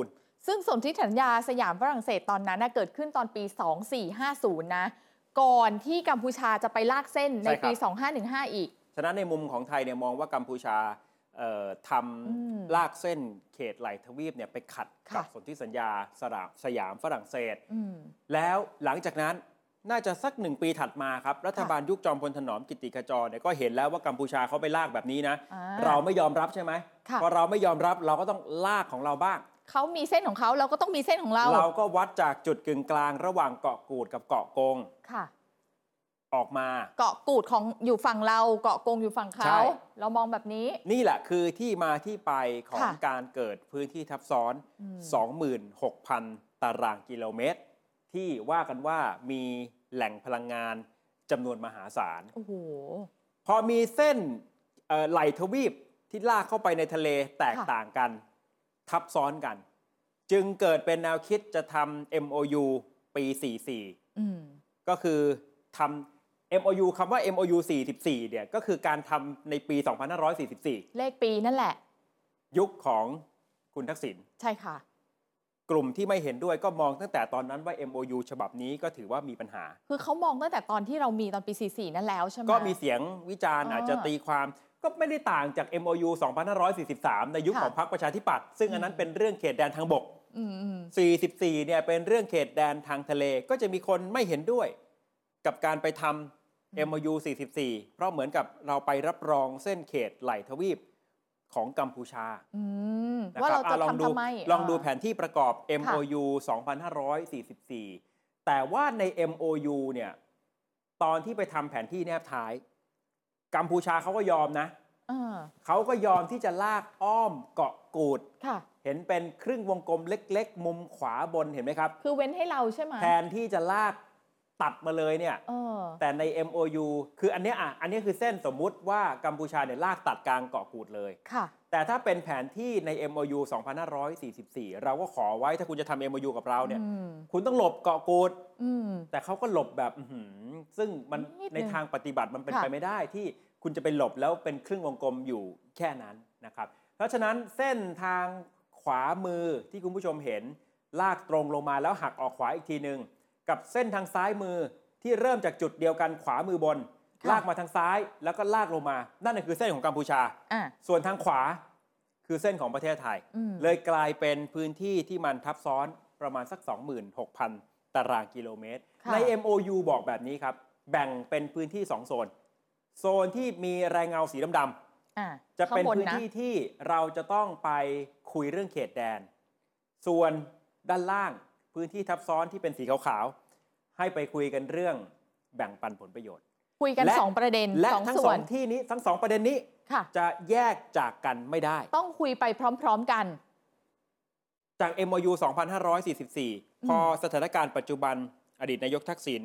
[SPEAKER 3] ซึ่งสนธิสัญญาสยามฝรั่งเศสตอนนั้นนะเกิดขึ้นตอนปี สองพันสี่ร้อยห้าสิบ นะ ก่อนที่กัมพูชาจะไปลากเส้นในปี สองพันห้าร้อยสิบห้า อีก
[SPEAKER 2] ฉะนั้นในมุมของไทยเนี่ยมองว่ากัมพูชาทำลากเส้นเขตไหลทวีปเนี่ยไปขัดกับสนธิสัญญาสยามฝรั่งเศสแล้วหลังจากนั้นน่าจะสักหนึ่งปีถัดมาครับรัฐบาลยุคจอมพลถนอมกิติขจรเนี่ยก็เห็นแล้วว่ากัมพูชาเขาไปลากแบบนี้นะเราไม่ยอมรับใช่ไหมพอเราไม่ยอมรับเราก็ต้องลากของเราบ้าง
[SPEAKER 3] เขามีเส้นของเขาเราก็ต้องมีเส้นของเรา
[SPEAKER 2] เราก็วัดจากจุดกึ่งกลางระหว่างเกาะกูดกับเกาะกง
[SPEAKER 3] ค่ะ
[SPEAKER 2] ออกมา
[SPEAKER 3] เกาะกูดของอยู่ฝั่งเราเกาะกงอยู่ฝั่งเขาเรามองแบบนี้
[SPEAKER 2] นี่แหละคือที่มาที่ไปของการเกิดพื้นที่ทับซ้อน สองหมื่นหกพัน ตารางกิโลเมตรที่ว่ากันว่ามีแหล่งพลังงานจำนวนมหาศาล
[SPEAKER 3] โอ้โห
[SPEAKER 2] พอมีเส้นไหลทวีปที่ลากเข้าไปในทะเลแตกต่างกันทับซ้อนกันจึงเกิดเป็นแนวคิดจะทำ เอ็ม โอ ยู ปี สี่สิบสี่ก็คือทำ เอ็ม โอ ยู คำว่า เอ็ม โอ ยู สี่สิบสี่เนี่ยก็คือการทำในปี สองพันห้าร้อยสี่สิบสี่
[SPEAKER 3] เลขปีนั่นแหละ
[SPEAKER 2] ยุคของคุณทักษิณ
[SPEAKER 3] ใช่ค่ะ
[SPEAKER 2] กลุ่มที่ไม่เห็นด้วยก็มองตั้งแต่ตอนนั้นว่า เอ็ม โอ ยู ฉบับนี้ก็ถือว่ามีปัญหา
[SPEAKER 3] คือเขามองตั้งแต่ตอนที่เรามีตอนปี สี่สิบสี่ นั่นแล้วใช่ไหม
[SPEAKER 2] ก็มีเสียงวิจารณ์อาจจะตีความก็ไม่ได้ต่างจาก เอ็ม โอ ยู สองพันห้าร้อยสี่สิบสาม ในยุคของพรรคประชาธิปัตย์ซึ่งอันนั้นเป็นเรื่องเขตแดนทางบกสี่สิบสี่เนี่ยเป็นเรื่องเขตแดนทางทะเลก็จะมีคนไม่เห็นด้วยกับการไปทำ เอ็ม โอ ยู สี่สิบสี่เพราะเหมือนกับเราไปรับรองเส้นเขตไหลทวีปของกัมพูชา
[SPEAKER 3] ว่าเราจะทำทำไม
[SPEAKER 2] ลองดูแผนที่ประกอบ เอ็ม โอ ยู สองพันห้าร้อยสี่สิบสี่ แต่ว่าใน เอ็ม โอ ยู เนี่ยตอนที่ไปทำแผนที่แนบท้ายกัมพูชาเขาก็ยอมนะเขาก็ยอมที่จะลากอ้อมเกาะกูดเห็นเป็นครึ่งวงกลมเล็กๆมุมขวาบนเห็นไหมครับ
[SPEAKER 3] คือเว้นให้เราใช่ไหม
[SPEAKER 2] แทนที่จะลากตัดมาเลยเนี่ยแต่ใน เอ็ม โอ ยู คืออันนี้อ่ะอันนี้คือเส้นสมมุติว่ากัมพูชาเนี่ยลากตัดกลางเกาะกูดเลยแต่ถ้าเป็นแผนที่ใน เอ็ม โอ ยู สองพันห้าร้อยสี่สิบสี่ เราก็ขอไว้ถ้าคุณจะทำ เอ็ม โอ ยู กับเราเนี่ยคุณต้องหลบเกาะกูดแต่เขาก็หลบแบบซึ่งมันในทางปฏิบัติมันเป็นไปไม่ได้ที่คุณจะไปหลบแล้วเป็นครึ่งวงกลมอยู่แค่นั้นนะครับเพราะฉะนั้นเส้นทางขวามือที่คุณผู้ชมเห็นลากตรงลงมาแล้วหักออกขวาอีกทีนึงกับเส้นทางซ้ายมือที่เริ่มจากจุดเดียวกันขวามือบนลากมาทางซ้ายแล้วก็ลากลงมานั่นคือเส้นของกัมพูชาส่วนทางขวาคือเส้นของประเทศไทยเลยกลายเป็นพื้นที่ที่มันทับซ้อนประมาณสัก สองหมื่นหกพัน ตารางกิโลเมตรใน เอ็ม โอ ยู บอกแบบนี้ครับแบ่งเป็นพื้นที่สองโซนโซนที่มีรายเงาสีดำๆจะเป็นพื้นที่ที่เราจะต้องไปคุยเรื่องเขตแดนส่วนด้านล่างพื้นที่ทับซ้อนที่เป็นสีขาวๆให้ไปคุยกันเรื่องแบ่งปันผลประโยชน์
[SPEAKER 3] คุยกันสองประเด็น
[SPEAKER 2] และทั้งสองที่นี้ทั้งสองประเด็นนี้จะแยกจากกันไม่ได้
[SPEAKER 3] ต้องคุยไปพร้อมๆกัน
[SPEAKER 2] จาก เอ็ม โอ ยู สองพันห้าร้อยสี่สิบสี่ พอสถานการณ์ปัจจุบันอดีตนายกทักษิณ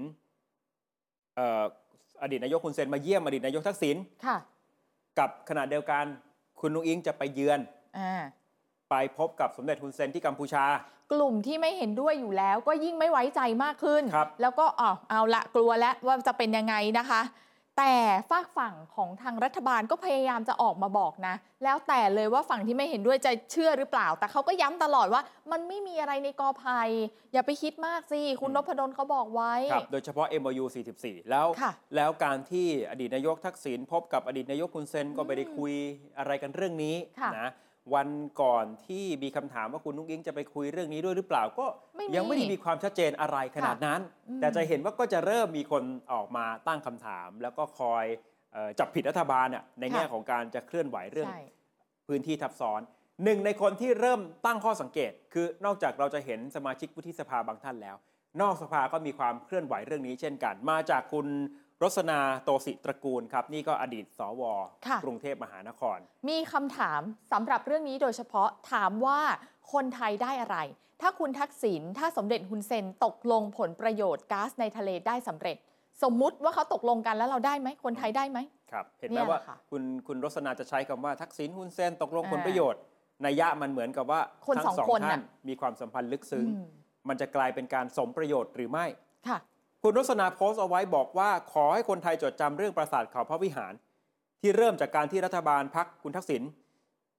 [SPEAKER 2] อดีตนายกฮุนเซนมาเยี่ยมอดีตนายกทักษิณกับขณะเดียวกันคุณนุ้งอิงจะไปเยือนไปพบกับสมเด็จฮุนเซนที่กัมพูชาก
[SPEAKER 3] ลุ่มที่ไม่เห็นด้วยอยู่แล้วก็ยิ่งไม่ไว้ใจมากขึ้นแล้วก็อ๋อเอาละกลัวแล้วว่าจะเป็นยังไงนะคะแต่ฝากฝั่งของทางรัฐบาลก็พยายามจะออกมาบอกนะแล้วแต่เลยว่าฝั่งที่ไม่เห็นด้วยจะเชื่อหรือเปล่าแต่เขาก็ย้ำตลอดว่ามันไม่มีอะไรในกอไผ่อย่าไปคิดมากสิคุณนพดลเขาบอกไว้
[SPEAKER 2] ครับโดยเฉพาะ เอ็ม โอ ยู สี่สิบสี่ แล้วแล้วการที่อดีตนายกทักษิณพบกับอดีตนายกฮุนเซนก็ไปได้คุยอะไรกันเรื่องนี้นะวันก่อนที่มีคำถามว่าคุณนุ้งอิงจะไปคุยเรื่องนี้ด้วยหรือเปล่าก็ยังไม่ได้มีความชัดเจนอะไรขนาดนั้นแต่จะเห็นว่าก็จะเริ่มมีคนออกมาตั้งคำถามแล้วก็คอยจับผิดรัฐบาลในแง่ของการจะเคลื่อนไหวเรื่องพื้นที่ทับซ้อนหนึ่งในคนที่เริ่มตั้งข้อสังเกตคือนอกจากเราจะเห็นสมาชิกวุฒิสภาบางท่านแล้วนอกสภาก็มีความเคลื่อนไหวเรื่องนี้เช่นกันมาจากคุณรสนาโตศิตระกูลครับนี่ก็อดีตสวกรุงเทพมหานคร
[SPEAKER 3] มีคำถามสำหรับเรื่องนี้โดยเฉพาะถามว่าคนไทยได้อะไรถ้าคุณทักษิณถ้าสมเด็จฮุนเซนตกลงผลประโยชน์ก๊าซในทะเลได้สำเร็จสมมุติว่าเขาตกลงกันแล้วเราได้ไหมคนไทยได้ไหม
[SPEAKER 2] ครับเห็นไหมว่าคุณคุณรสนาจะใช้คำว่าทักษิณฮุนเซนตกลงผลประโยชน์นัยยะมันเหมือนกับว่าทั้งสองท่านมีความสัมพันธ์ลึกซึ้งมันจะกลายเป็นการสมประโยชน์หรือไม่คุณรสนาโพสต์เอาไว้บอกว่าขอให้คนไทยจดจำเรื่องปราสาทเขาพระวิหารที่เริ่มจากการที่รัฐบาลพรรคคุณทักษิณ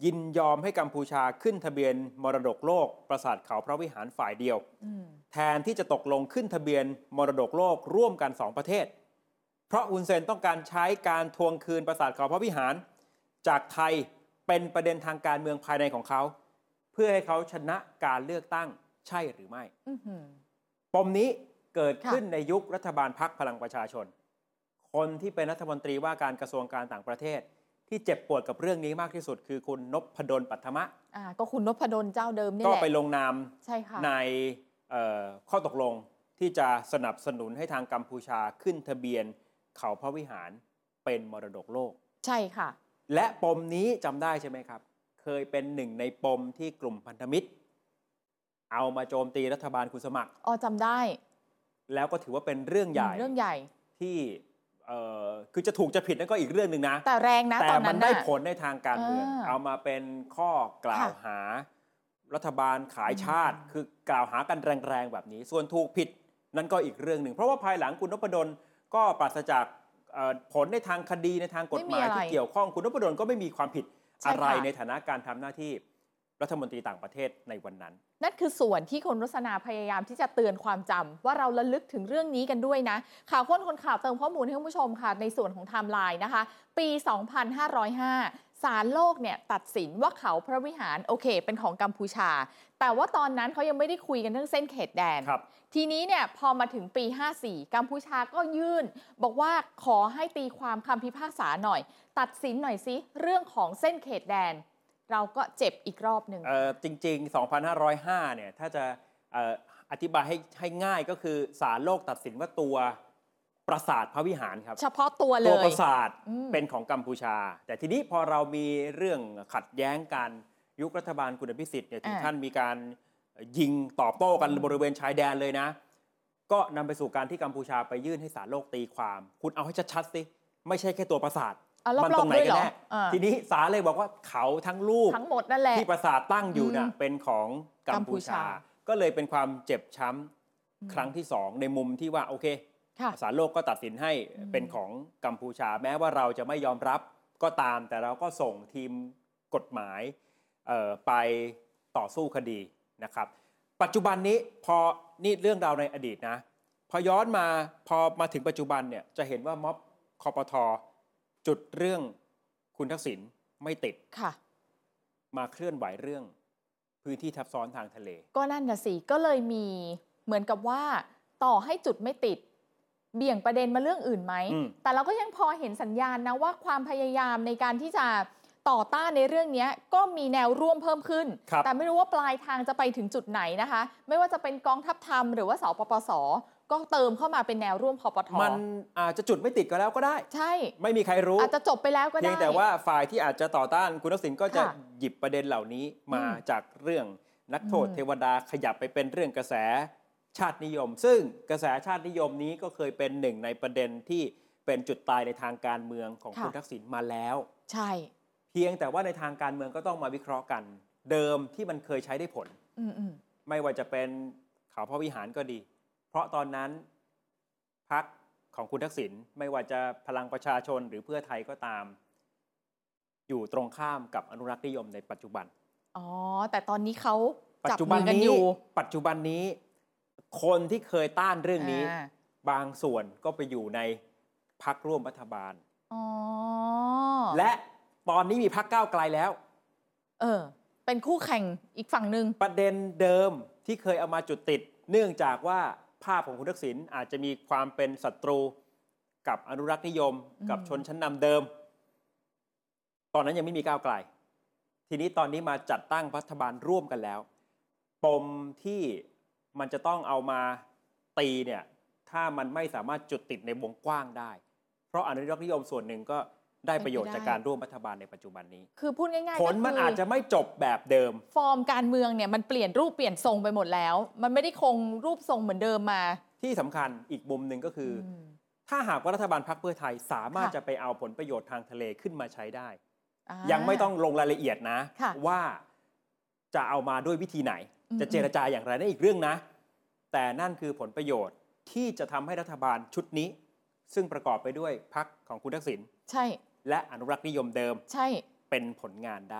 [SPEAKER 2] ยินยอมให้กัมพูชาขึ้นทะเบียนมรดกโลกปราสาทเขาพระวิหารฝ่ายเดียวแทนที่จะตกลงขึ้นทะเบียนมรดกโลกร่วมกันสองประเทศเพราะฮุนเซนต้องการใช้การทวงคืนปราสาทเขาพระวิหารจากไทยเป็นประเด็นทางการเมืองภายในของเขาเพื่อให้เขาชนะการเลือกตั้งใช่หรือไม่ปมนี้เกิดขึ้นในยุครัฐบาลพรรคพลังประชาชนคนที่เป็นรัฐมนตรีว่าการกระทรวงการต่างประเทศที่เจ็บปวดกับเรื่องนี้มากที่สุดคือคุณนพดลปัทมะ
[SPEAKER 3] อ่าก็คุณนพดลเจ้าเดิมนี่แหละ
[SPEAKER 2] ก็ไปลงนาม
[SPEAKER 3] ใช่ค่ะ
[SPEAKER 2] ในข้อตกลงที่จะสนับสนุนให้ทางกัมพูชาขึ้นทะเบียนเขาพระวิหารเป็นมรดกโลก
[SPEAKER 3] ใช่ค่ะ
[SPEAKER 2] และปมนี้จำได้ใช่ไหมครับเคยเป็นหนึ่งในปมที่กลุ่มพันธมิตรเอามาโจมตีรัฐบาลคุณสมัคร
[SPEAKER 3] อ๋อจำได้
[SPEAKER 2] แล้วก็ถือว่าเป็นเรื่องใหญ่
[SPEAKER 3] เรื่องใหญ่
[SPEAKER 2] ที่คือจะถูกจะผิดนั่นก็อีกเรื่องหนึ่งนะ
[SPEAKER 3] แต่แรงนะ
[SPEAKER 2] แต่มันได้ผลในทางการเมืองเอามาเป็นข้อกล่าวหารัฐบาลขายชาติคือกล่าวหากันแรงๆแบบนี้ส่วนถูกผิดนั่นก็อีกเรื่องหนึ่งเพราะว่าภายหลังคุณนพดลก็ปราศจากผลในทางคดีในทางกฎหมายที่เกี่ยวข้องคุณนพดลก็ไม่มีความผิดอะไรในฐานะการทำหน้าที่รัฐมนตรีต่างประเทศในวันนั้น
[SPEAKER 3] นั่นคือส่วนที่คนรสนาพยายามที่จะเตือนความจำว่าเราระลึกถึงเรื่องนี้กันด้วยนะข่าวค้นคนข่าวเติมข้อมูลให้คุณผู้ชมค่ะในส่วนของไทม์ไลน์นะคะปี สองพันห้าร้อยห้า ศาลโลกเนี่ยตัดสินว่าเขาพระวิหารโอเคเป็นของกัมพูชาแต่ว่าตอนนั้นเขายังไม่ได้คุยกันเรื่องเส้นเขตแดนทีนี้เนี่ยพอมาถึงปี ห้าสี่ กัมพูชาก็ยื่นบอกว่าขอให้ตีความคำพิพากษาหน่อยตัดสินหน่อยสิเรื่องของเส้นเขตแดนเราก็เจ็บอีกรอบหนึ่ง
[SPEAKER 2] จริงๆ สองพันห้าร้อยห้า เนี่ยถ้าจะออธิบายให้ให้ง่ายก็คือศาลโลกตัดสินว่าตัวปราสาทพระวิหารครับ
[SPEAKER 3] เฉพาะตัวเลย
[SPEAKER 2] ตัวปราสาทเป็นของกัมพูชาแต่ทีนี้พอเรามีเรื่องขัดแย้งกันยุครัฐบาลคุณอภิสิทธิ์เนี่ยถึงท่านมีการยิงตอบโต้กันบริเวณชายแดนเลยนะก็นำไปสู่การที่กัมพูชาไปยื่นให้ศาลโลกตีความคุณเอาให้ชัดๆสิไม่ใช่แค่ตัวปราสาท
[SPEAKER 3] มัน
[SPEAKER 2] ตรงไหนกันแน่ทีนี้ศาลเลยบอกว่าเขาทั้งลูก
[SPEAKER 3] ทั้งหมดนั่นแหละ
[SPEAKER 2] ที่ปราสาทตั้งอยู่น่ะเป็นของกัมพูชาก็เลยเป็นความเจ็บช้ำครั้งที่สองในมุมที่ว่าโอเคศาลโลกก็ตัดสินให้เป็นของกัมพูชาแม้ว่าเราจะไม่ยอมรับก็ตามแต่เราก็ส่งทีมกฎหมายไปต่อสู้คดีนะครับปัจจุบันนี้พอนี่เรื่องราวในอดีตนะพอย้อนมาพอมาถึงปัจจุบันเนี่ยจะเห็นว่าม็อบคปท.จุดเรื่องคุณทักษิณไม่ติดมาเคลื่อนไหวเรื่องพื้นที่ทับซ้อนทางทะเล
[SPEAKER 3] ก็นั่นน่ะสิก็เลยมีเหมือนกับว่าต่อให้จุดไม่ติดเบี่ยงประเด็นมาเรื่องอื่นไหมแต่เราก็ยังพอเห็นสัญญาณนะว่าความพยายามในการที่จะต่อต้านในเรื่องนี้ก็มีแนวร่วมเพิ่มขึ้นแต่ไม่รู้ว่าปลายทางจะไปถึงจุดไหนนะคะไม่ว่าจะเป็นกองทัพธรรมหรือว่าสปปส.ก็เติมเข้ามาเป็นแนวร่วมคปท.
[SPEAKER 2] มันอาจจะจุดไม่ติดก็แล้วก็ได้
[SPEAKER 3] ใช่
[SPEAKER 2] ไม่มีใครรู้
[SPEAKER 3] อาจจะจบไปแล้วก็ได้
[SPEAKER 2] เพียงแต่ว่าฝ่ายที่อาจจะต่อต้านคุณทักษิณก็จะหยิบประเด็นเหล่านี้มาจากเรื่องนักโทษเทวดาขยับไปเป็นเรื่องกระแสชาตินิยมซึ่งกระแสชาตินิยมนี้ก็เคยเป็นหนึ่งในประเด็นที่เป็นจุดตายในทางการเมืองของคุณทักษิณมาแล้ว
[SPEAKER 3] ใช่
[SPEAKER 2] เพียงแต่ว่าในทางการเมืองก็ต้องมาวิเคราะห์กันเดิมที่มันเคยใช้ได้ผลไม่ว่าจะเป็นเขาพระวิหารก็ดีเพราะตอนนั้นพรรคของคุณทักษิณไม่ว่าจะพลังประชาชนหรือเพื่อไทยก็ตามอยู่ตรงข้ามกับอนุรักษ์นิยมในปัจจุบัน
[SPEAKER 3] อ๋อแต่ตอนนี้เขา
[SPEAKER 2] จับมือกันอยู่ปัจจุบันนี้คนที่เคยต้านเรื่องนี้บางส่วนก็ไปอยู่ในพรรคร่วมรัฐบาล
[SPEAKER 3] อ๋อ
[SPEAKER 2] และตอนนี้มีพรรคก้าวไกลแล้ว
[SPEAKER 3] เออเป็นคู่แข่งอีกฝั่งหนึ่ง
[SPEAKER 2] ประเด็นเดิมที่เคยเอามาจุดติดเนื่องจากว่าภาพของคุณทักษิณอาจจะมีความเป็นศัตรูกับอนุรักษ์นิยมกับชนชั้นนำเดิมตอนนั้นยังไม่มีก้าวไกลทีนี้ตอนนี้มาจัดตั้งรัฐบาลร่วมกันแล้วปมที่มันจะต้องเอามาตีเนี่ยถ้ามันไม่สามารถจุดติดในวงกว้างได้เพราะอนุรักษ์นิยมส่วนหนึ่งก็ได้ประโยชน์จากการร่วมรัฐบาลในปัจจุบันนี้
[SPEAKER 3] คือพูดง่ายๆ
[SPEAKER 2] ผลมันอาจจะไม่จบแบบเดิม
[SPEAKER 3] ฟอร์มการเมืองเนี่ยมันเปลี่ยนรูปเปลี่ยนทรงไปหมดแล้วมันไม่ได้คงรูปทรงเหมือนเดิมมา
[SPEAKER 2] ที่สำคัญอีกมุมหนึ่งก็คือถ้าหากว่ารัฐบาลพรรคเพื่อไทยสามารถจะไปเอาผลประโยชน์ทางทะเลขึ้นมาใช้ได้ยังไม่ต้องลงรายละเอียดนะว่าจะเอามาด้วยวิธีไหนจะเจรจาอย่างไรนั่นอีกเรื่องนะแต่นั่นคือผลประโยชน์ที่จะทำให้รัฐบาลชุดนี้ซึ่งประกอบไปด้วยพรรคของคุณทักษิณ
[SPEAKER 3] ใช่
[SPEAKER 2] และอนุรักษ์นิยมเดิม
[SPEAKER 3] ใช่
[SPEAKER 2] เป็นผลงานได้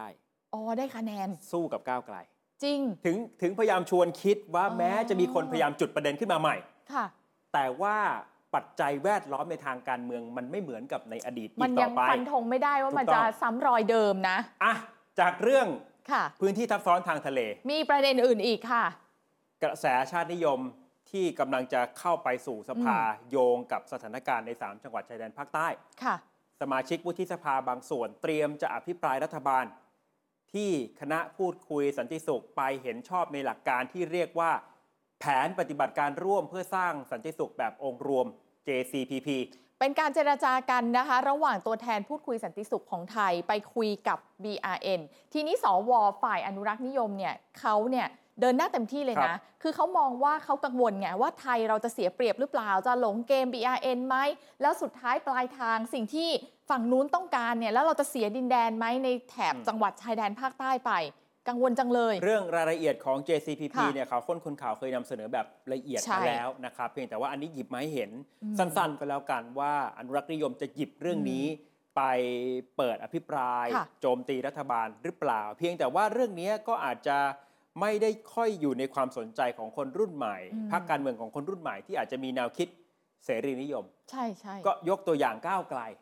[SPEAKER 3] อ๋อได้คะแนน
[SPEAKER 2] สู้กับก้าวไกล
[SPEAKER 3] จริง
[SPEAKER 2] ถึงถึงพยายามชวนคิดว่าแม้จะมีคนพยายามจุดประเด็นขึ้นมาใหม่
[SPEAKER 3] ค่ะ
[SPEAKER 2] แต่ว่าปัจจัยแวดล้อมในทางการเมืองมันไม่เหมือนกับในอดีตอีกต่อไป
[SPEAKER 3] มันยังฟันธงไม่ได้ว่ามันจะซ้ำรอยเดิมนะ
[SPEAKER 2] อ่ะจากเรื่อง
[SPEAKER 3] ค่ะ
[SPEAKER 2] พื้นที่ทับซ้อนทางทะเล
[SPEAKER 3] มีประเด็นอื่นอีกค่ะ
[SPEAKER 2] กระแสชาตินิยมที่กำลังจะเข้าไปสู่สภาโยงกับสถานการณ์ในสามจังหวัดชายแดนภาคใต้
[SPEAKER 3] ค่ะ
[SPEAKER 2] สมาชิกวุฒิสภาบางส่วนเตรียมจะอภิปรายรัฐบาลที่คณะพูดคุยสันติสุขไปเห็นชอบในหลักการที่เรียกว่าแผนปฏิบัติการร่วมเพื่อสร้างสันติสุขแบบองค์รวม เจ ซี พี พี
[SPEAKER 3] เป็นการเจรจากันนะคะระหว่างตัวแทนพูดคุยสันติสุขของไทยไปคุยกับ บี อาร์ เอ็น ทีนี้สวฝ่ายอนุรักษ์นิยมเนี่ยเขาเนี่ยเดินหน้าเต็มที่เลยนะคือเขามองว่าเขากังวลไงว่าไทยเราจะเสียเปรียบหรือเปล่าจะหลงเกม บี อาร์ เอ็น ไหมแล้วสุดท้ายปลายทางสิ่งที่ฝั่งนู้นต้องการเนี่ยแล้วเราจะเสียดินแดนไหมในแถบจังหวัดชายแดนภาคใต้ไปกังวลจังเลย
[SPEAKER 2] เรื่องรายละเอียดของ เจ ซี พี พี เนี่ยข่าวค้นคนข่าวเคยนำเสนอแบบละเอียดมาแล้วนะครับเพียงแต่ว่าอันนี้หยิบมาให้เห็นสั้นๆก็แล้วกันว่าอนุรักษ์นิยมจะหยิบเรื่องนี้ไปเปิดอภิปรายโจมตีรัฐบาลหรือเปล่าเพียงแต่ว่าเรื่องนี้ก็อาจจะไม่ได้ค่อยอยู่ในความสนใจของคนรุ่นใหม่พรรคการเมืองของคนรุ่นใหม่ที่อาจจะมีแนวคิดเสรีนิยม
[SPEAKER 3] ใช่ใช่
[SPEAKER 2] ก็ยกตัวอย่างก้าวไกล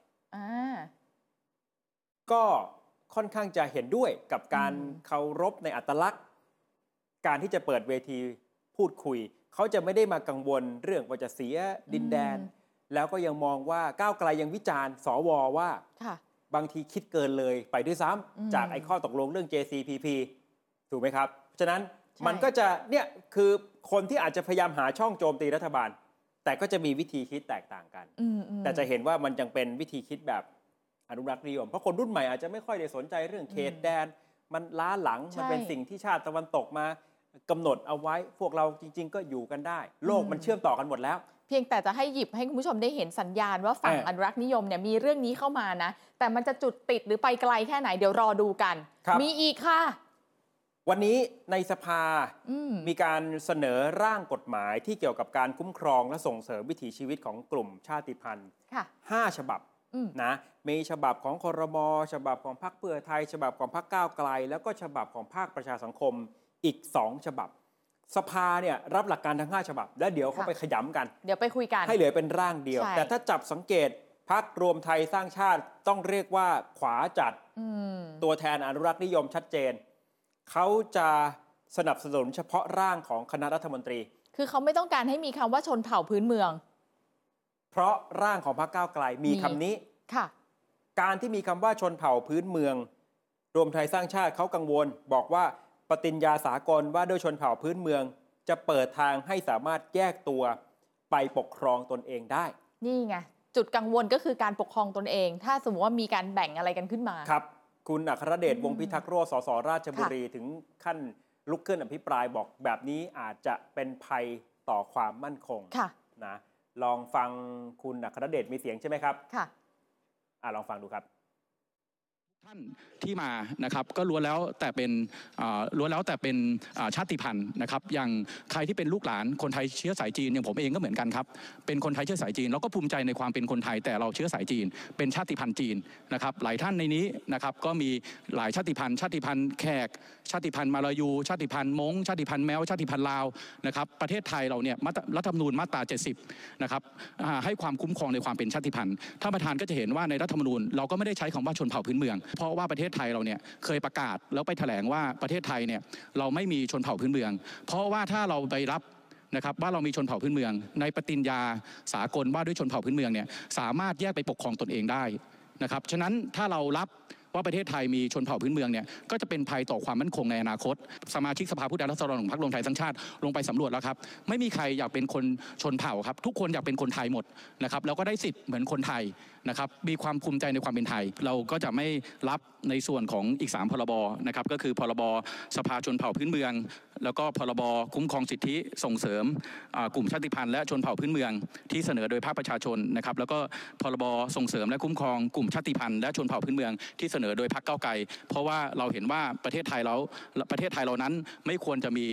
[SPEAKER 2] ก็ค่อนข้างจะเห็นด้วยกับการเคารพในอัตลักษณ์การที่จะเปิดเวทีพูดคุยเขาจะไม่ได้มากังวลเรื่องว่าจะเสียดินแดนแล้วก็ยังมองว่าก้าวไกลยังวิจารณ์สวว่าบางทีคิดเกินเลยไปด้วยซ้ำจากไอ้ข้อตกลงเรื่อง เจ ซี พี พี ถูกไหมครับฉะนั้นมันก็จะเนี่ยคือคนที่อาจจะพยายามหาช่องโจมตีรัฐบาลแต่ก็จะมีวิธีคิดแตกต่างกันแต่จะเห็นว่ามันยังเป็นวิธีคิดแบบอนุรักษ์นิยมเพราะคนรุ่นใหม่อาจจะไม่ค่อยได้สนใจเรื่องเขตแดนมันล้าหลังมันเป็นสิ่งที่ชาติตะวันตกมากำหนดเอาไว้พวกเราจริงๆก็อยู่กันได้โลกมันเชื่อมต่อกันหมดแล้ว
[SPEAKER 3] เพียงแต่จะให้หยิบให้คุณผู้ชมได้เห็นสัญญาณว่าฝั่งอนุรักษ์นิยมเนี่ยมีเรื่องนี้เข้ามานะแต่มันจะจุดติดหรือไปไกลแค่ไหนเดี๋ยวรอดูกันมีอีกค่ะ
[SPEAKER 2] วันนี้ในสภามีการเสนอร่างกฎหมายที่เกี่ยวกับการคุ้มครองและส่งเสริมวิถีชีวิตของกลุ่มชาติพันธุ์ห้าฉบับนะมีฉบับของครม.ฉบับของพรรคเพื่อไทยฉบับของพรรคก้าวไกลแล้วก็ฉบับของภาคประชาสังคมอีกสองฉบับสภาเนี่ยรับหลักการทั้งห้าฉบับแล้วเดี๋ยวเขาไปขยำกัน
[SPEAKER 3] เดี๋ยวไปคุยกัน
[SPEAKER 2] ให้เหลือเป็นร่างเดียวแต่ถ้าจับสังเกตพรรครวมไทยสร้างชาติต้องเรียกว่าขวาจัดตัวแทนอนุรักษ์นิยมชัดเจนเขาจะสนับสนุนเฉพาะร่างของคณะรัฐมนตรี
[SPEAKER 3] คือเขาไม่ต้องการให้มีคำว่าชนเผ่าพื้นเมือง
[SPEAKER 2] เพราะร่างของพรรคก้าวไกลมีคำนี้
[SPEAKER 3] ค่ะ
[SPEAKER 2] การที่มีคำว่าชนเผ่าพื้นเมืองรวมไทยสร้างชาติเขากังวลบอกว่าปฏิญญาสากลว่าด้วยชนเผ่าพื้นเมืองจะเปิดทางให้สามารถแยกตัวไปปกครองตนเองได้
[SPEAKER 3] นี่ไงจุดกังวลก็คือการปกครองตนเองถ้าสมมติว่ามีการแบ่งอะไรกันขึ้นมา
[SPEAKER 2] ครับคุณอัครเดชวงศ์พิทักษ์โรจน์สสราชบุรีถึงขั้นลุกขึ้นอภิปรายบอกแบบนี้อาจจะเป็นภัยต่อความมั่นคงนะลองฟังคุณอัครเดชมีเสียงใช่ไหมครับ
[SPEAKER 3] ค่ะ
[SPEAKER 2] อ่ะลองฟังดูครับ
[SPEAKER 4] ท่านที่มานะครับก็ล้วนแล้วแต่เป็นล้วนแล้วแต่เป็นชาติพันธุ์นะครับอย่างใครที่เป็นลูกหลานคนไทยเชื้อสายจีนอย่างผมเองก็เหมือนกันครับเป็นคนไทยเชื้อสายจีนแล้วก็ภูมิใจในความเป็นคนไทยแต่เราเชื้อสายจีนเป็นชาติพันธุ์จีนนะครับหลายท่านในนี้นะครับก็มีหลายชาติพันธุ์ชาติพันธุ์แขกชาติพันธุ์มาลายูชาติพันธุ์ม้งชาติพันธุ์แมวชาติพันธุ์ลาวนะครับประเทศไทยเราเนี่ยรัฐธรรมนูญมาตราเจ็ดสิบนะครับให้ความคุ้มครองในความเป็นชาติพันธุ์ท่านประธานก็จะเห็นว่าในรัฐธรรมนูญเราก็ไม่ได้ใช้คำว่าชนเผ่าพื้นเมืองเพราะว่าประเทศไทยเราเนี่ยเคยประกาศแล้วไปแถลงว่าประเทศไทยเนี่ยเราไม่มีชนเผ่าพื้นเมืองเพราะว่าถ้าเราไปรับนะครับว่าเรามีชนเผ่าพื้นเมืองในปฏิญญาสากลว่าด้วยชนเผ่าพื้นเมืองเนี่ยสามารถแยกไปปกครองตนเองได้นะครับฉะนั้นถ้าเรารับว่าประเทศไทยมีชนเผ่าพื้นเมืองเนี่ยก็จะเป็นภัยต่อความมั่นคงในอนาคตสมาชิกสภาผู้แทนราษฎรของพรรครวมไทยสร้างชาติลงไปสำรวจแล้วครับไม่มีใครอยากเป็นคนชนเผ่าครับทุกคนอยากเป็นคนไทยหมดนะครับแล้วก็ได้สิทธิ์เหมือนคนไทยนะครับมีความภูมิใจในความเป็นไทยเราก็จะไม่รับในส่วนของอีกสามพรบนะครับก็คือพรบสภาชนเผ่าพื้นเมืองแล้วก็พรบคุ้มครองสิทธิส่งเสริมกลุ่มชาติพันธุ์และชนเผ่าพื้นเมืองที่เสนอโดยภาคประชาชนนะครับแล้วก็พรบส่งเสริมและคุ้มครองกลุ่มชาติพันธุ์และชนเผ่าพื้นเมืองที่เสนอโดยพรรคก้าวไกลเพราะว่าเราเห็นว่าประเทศไทยเราประเทศไทยเรานั้นไม่ควรจะมี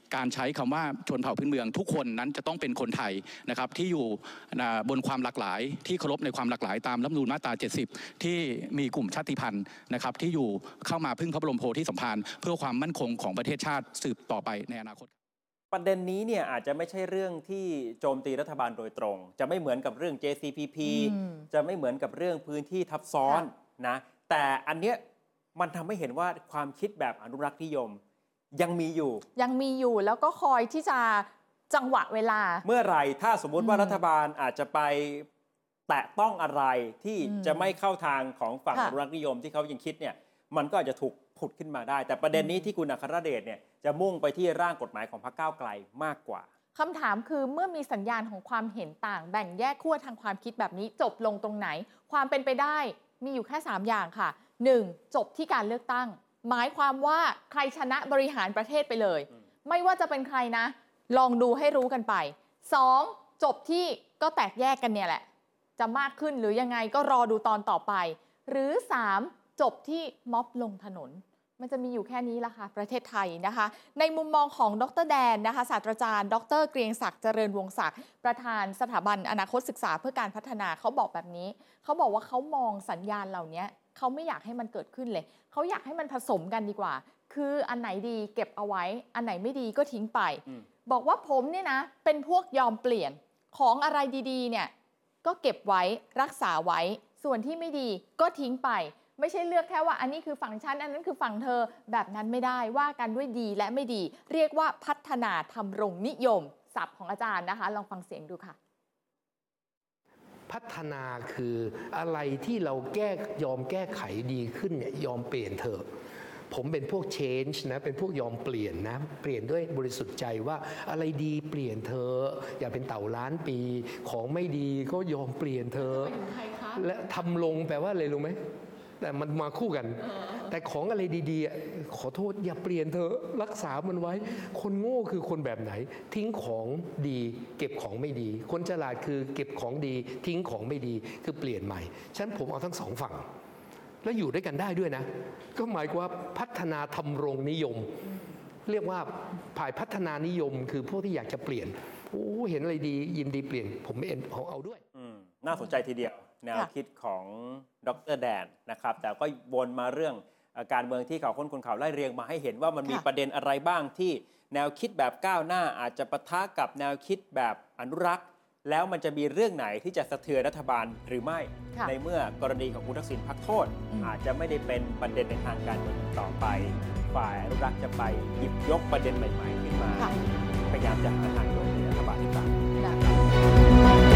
[SPEAKER 4] การใช้คำว่าชนเผ่าพื้นเมืองทุกคนนั้นจะต้องเป็นคนไทยนะครับที่อยู่บนความหลากหลายที่เคารพในความหลากหลายตามรัฐธรรมนูญมาตราเจ็ดสิบที่มีกลุ่มชาติพันธุ์นะครับที่อยู่เข้ามาพึ่งพระบรมโพธิสมภารเพื่อความมั่นคงของประเทศชาติสืบต่อไปในอนาคต
[SPEAKER 2] ประเด็นนี้เนี่ยอาจจะไม่ใช่เรื่องที่โจมตีรัฐบาลโดยตรงจะไม่เหมือนกับเรื่อง เจ ซี พี พี จะไม่เหมือนกับเรื่องพื้นที่ทับซ้อนนะแต่อันเนี้ยมันทำให้เห็นว่าความคิดแบบอนุรักษ์นิยมยังมีอยู่
[SPEAKER 3] ยังมีอยู่แล้วก็คอยที่จะจังหวะเวลา
[SPEAKER 2] เมื่อไหร่ถ้าสมมุติว่ารัฐบาลอาจจะไปแตะต้องอะไรที่จะไม่เข้าทางของฝั่งอนุรักษ์นิยมที่เขายังคิดเนี่ยมันก็อาจจะถูกผุดขึ้นมาได้แต่ประเด็นนี้ที่คุณอัครเดชเนี่ยจะมุ่งไปที่ร่างกฎหมายของพรรคก้าวไกลมากกว่า
[SPEAKER 3] คำถามคือเมื่อมีสัญญาณของความเห็นต่างแบ่งแยกขั้วทางความคิดแบบนี้จบลงตรงไหนความเป็นไปได้มีอยู่แค่สามอย่างค่ะหนึ่งจบที่การเลือกตั้งหมายความว่าใครชนะบริหารประเทศไปเลยไม่ว่าจะเป็นใครนะลองดูให้รู้กันไปสองจบที่ก็แตกแยกกันเนี่ยแหละจะมากขึ้นหรือยังไงก็รอดูตอนต่อไปหรือสามจบที่ม็อบลงถนนมันจะมีอยู่แค่นี้ละค่ะประเทศไทยนะคะในมุมมองของดรแดนนะคะศาสตราจารย์ดรเกรียงศักดิ์เจริญวงศ์ศักดิ์ประธานสถาบันอนาคตศึกษาเพื่อการพัฒนาเขาบอกแบบนี้เขาบอกว่าเขามองสัญญาณเหล่านี้เขาไม่อยากให้มันเกิดขึ้นเลยเขาอยากให้มันผสมกันดีกว่าคืออันไหนดีเก็บเอาไว้อันไหนไม่ดีก็ทิ้งไปบอกว่าผมเนี่ยนะเป็นพวกยอมเปลี่ยนของอะไรดีๆเนี่ยก็เก็บไว้รักษาไว้ส่วนที่ไม่ดีก็ทิ้งไปไม่ใช่เลือกแค่ว่าอันนี้คือฝั่งฉันอันนั้นคือฝั่งเธอแบบนั้นไม่ได้ว่ากันด้วยดีและไม่ดีเรียกว่าพัฒนาทำรงนิยมศัพท์ของอาจารย์นะคะลองฟังเสียงดูค่ะ
[SPEAKER 5] พัฒนาคืออะไรที่เราแก้ยอมแก้ไขดีขึ้นเนี่ยยอมเปลี่ยนเถอะผมเป็นพวก change นะเป็นพวกยอมเปลี่ยนนะเปลี่ยนด้วยบริสุทธิ์ใจว่าอะไรดีเปลี่ยนเธออย่าเป็นเต่าล้านปีของไม่ดีก็ยอมเปลี่ยนเธอและทำลงแปลว่าอะไรรู้ไหมแต่มันมาคู่กันแต่ของอะไรดีๆขอโทษอย่าเปลี่ยนเธอรักษามันไว้คนโง่คือคนแบบไหนทิ้งของดีเก็บของไม่ดีคนฉลาดคือเก็บของดีทิ้งของไม่ดีคือเปลี่ยนใหม่ฉะนั้นผมเอาทั้งสองฝั่งแล้วอยู่ด้วยกันได้ด้วยนะก็หมายความว่าพัฒนาทำรงนิยมเรียกว่าฝ่ายพัฒนานิยมคือพวกที่อยากจะเปลี่ยนโอ้เห็นอะไรดียินดีเปลี่ยนผมเอ็นเอาเอาด้วย
[SPEAKER 2] น่าสนใจทีเดียวแนวคิดของดรแดนนะครับแต่ก็วนมาเรื่องการเมืองที่ข่าวค้นคนข่าวไล่เรียงมาให้เห็นว่ามันมีประเด็นอะไรบ้างที่แนวคิดแบบก้าวหน้าอาจจะปะทะกับแนวคิดแบบอนุรักษ์แล้วมันจะมีเรื่องไหนที่จะสะเทือนรัฐบาลหรือไม่ในเมื่อกรณีของคุณทักษิณพักโทษอาจจะไม่ได้เป็นประเด็นในทางการเมืองต่อไปฝ่ายอนุรักษ์จะไปหยิบยกประเด็นใหม่ๆขึ้นมาพยายามจะหาทางโยนในรัฐบาลต่างๆ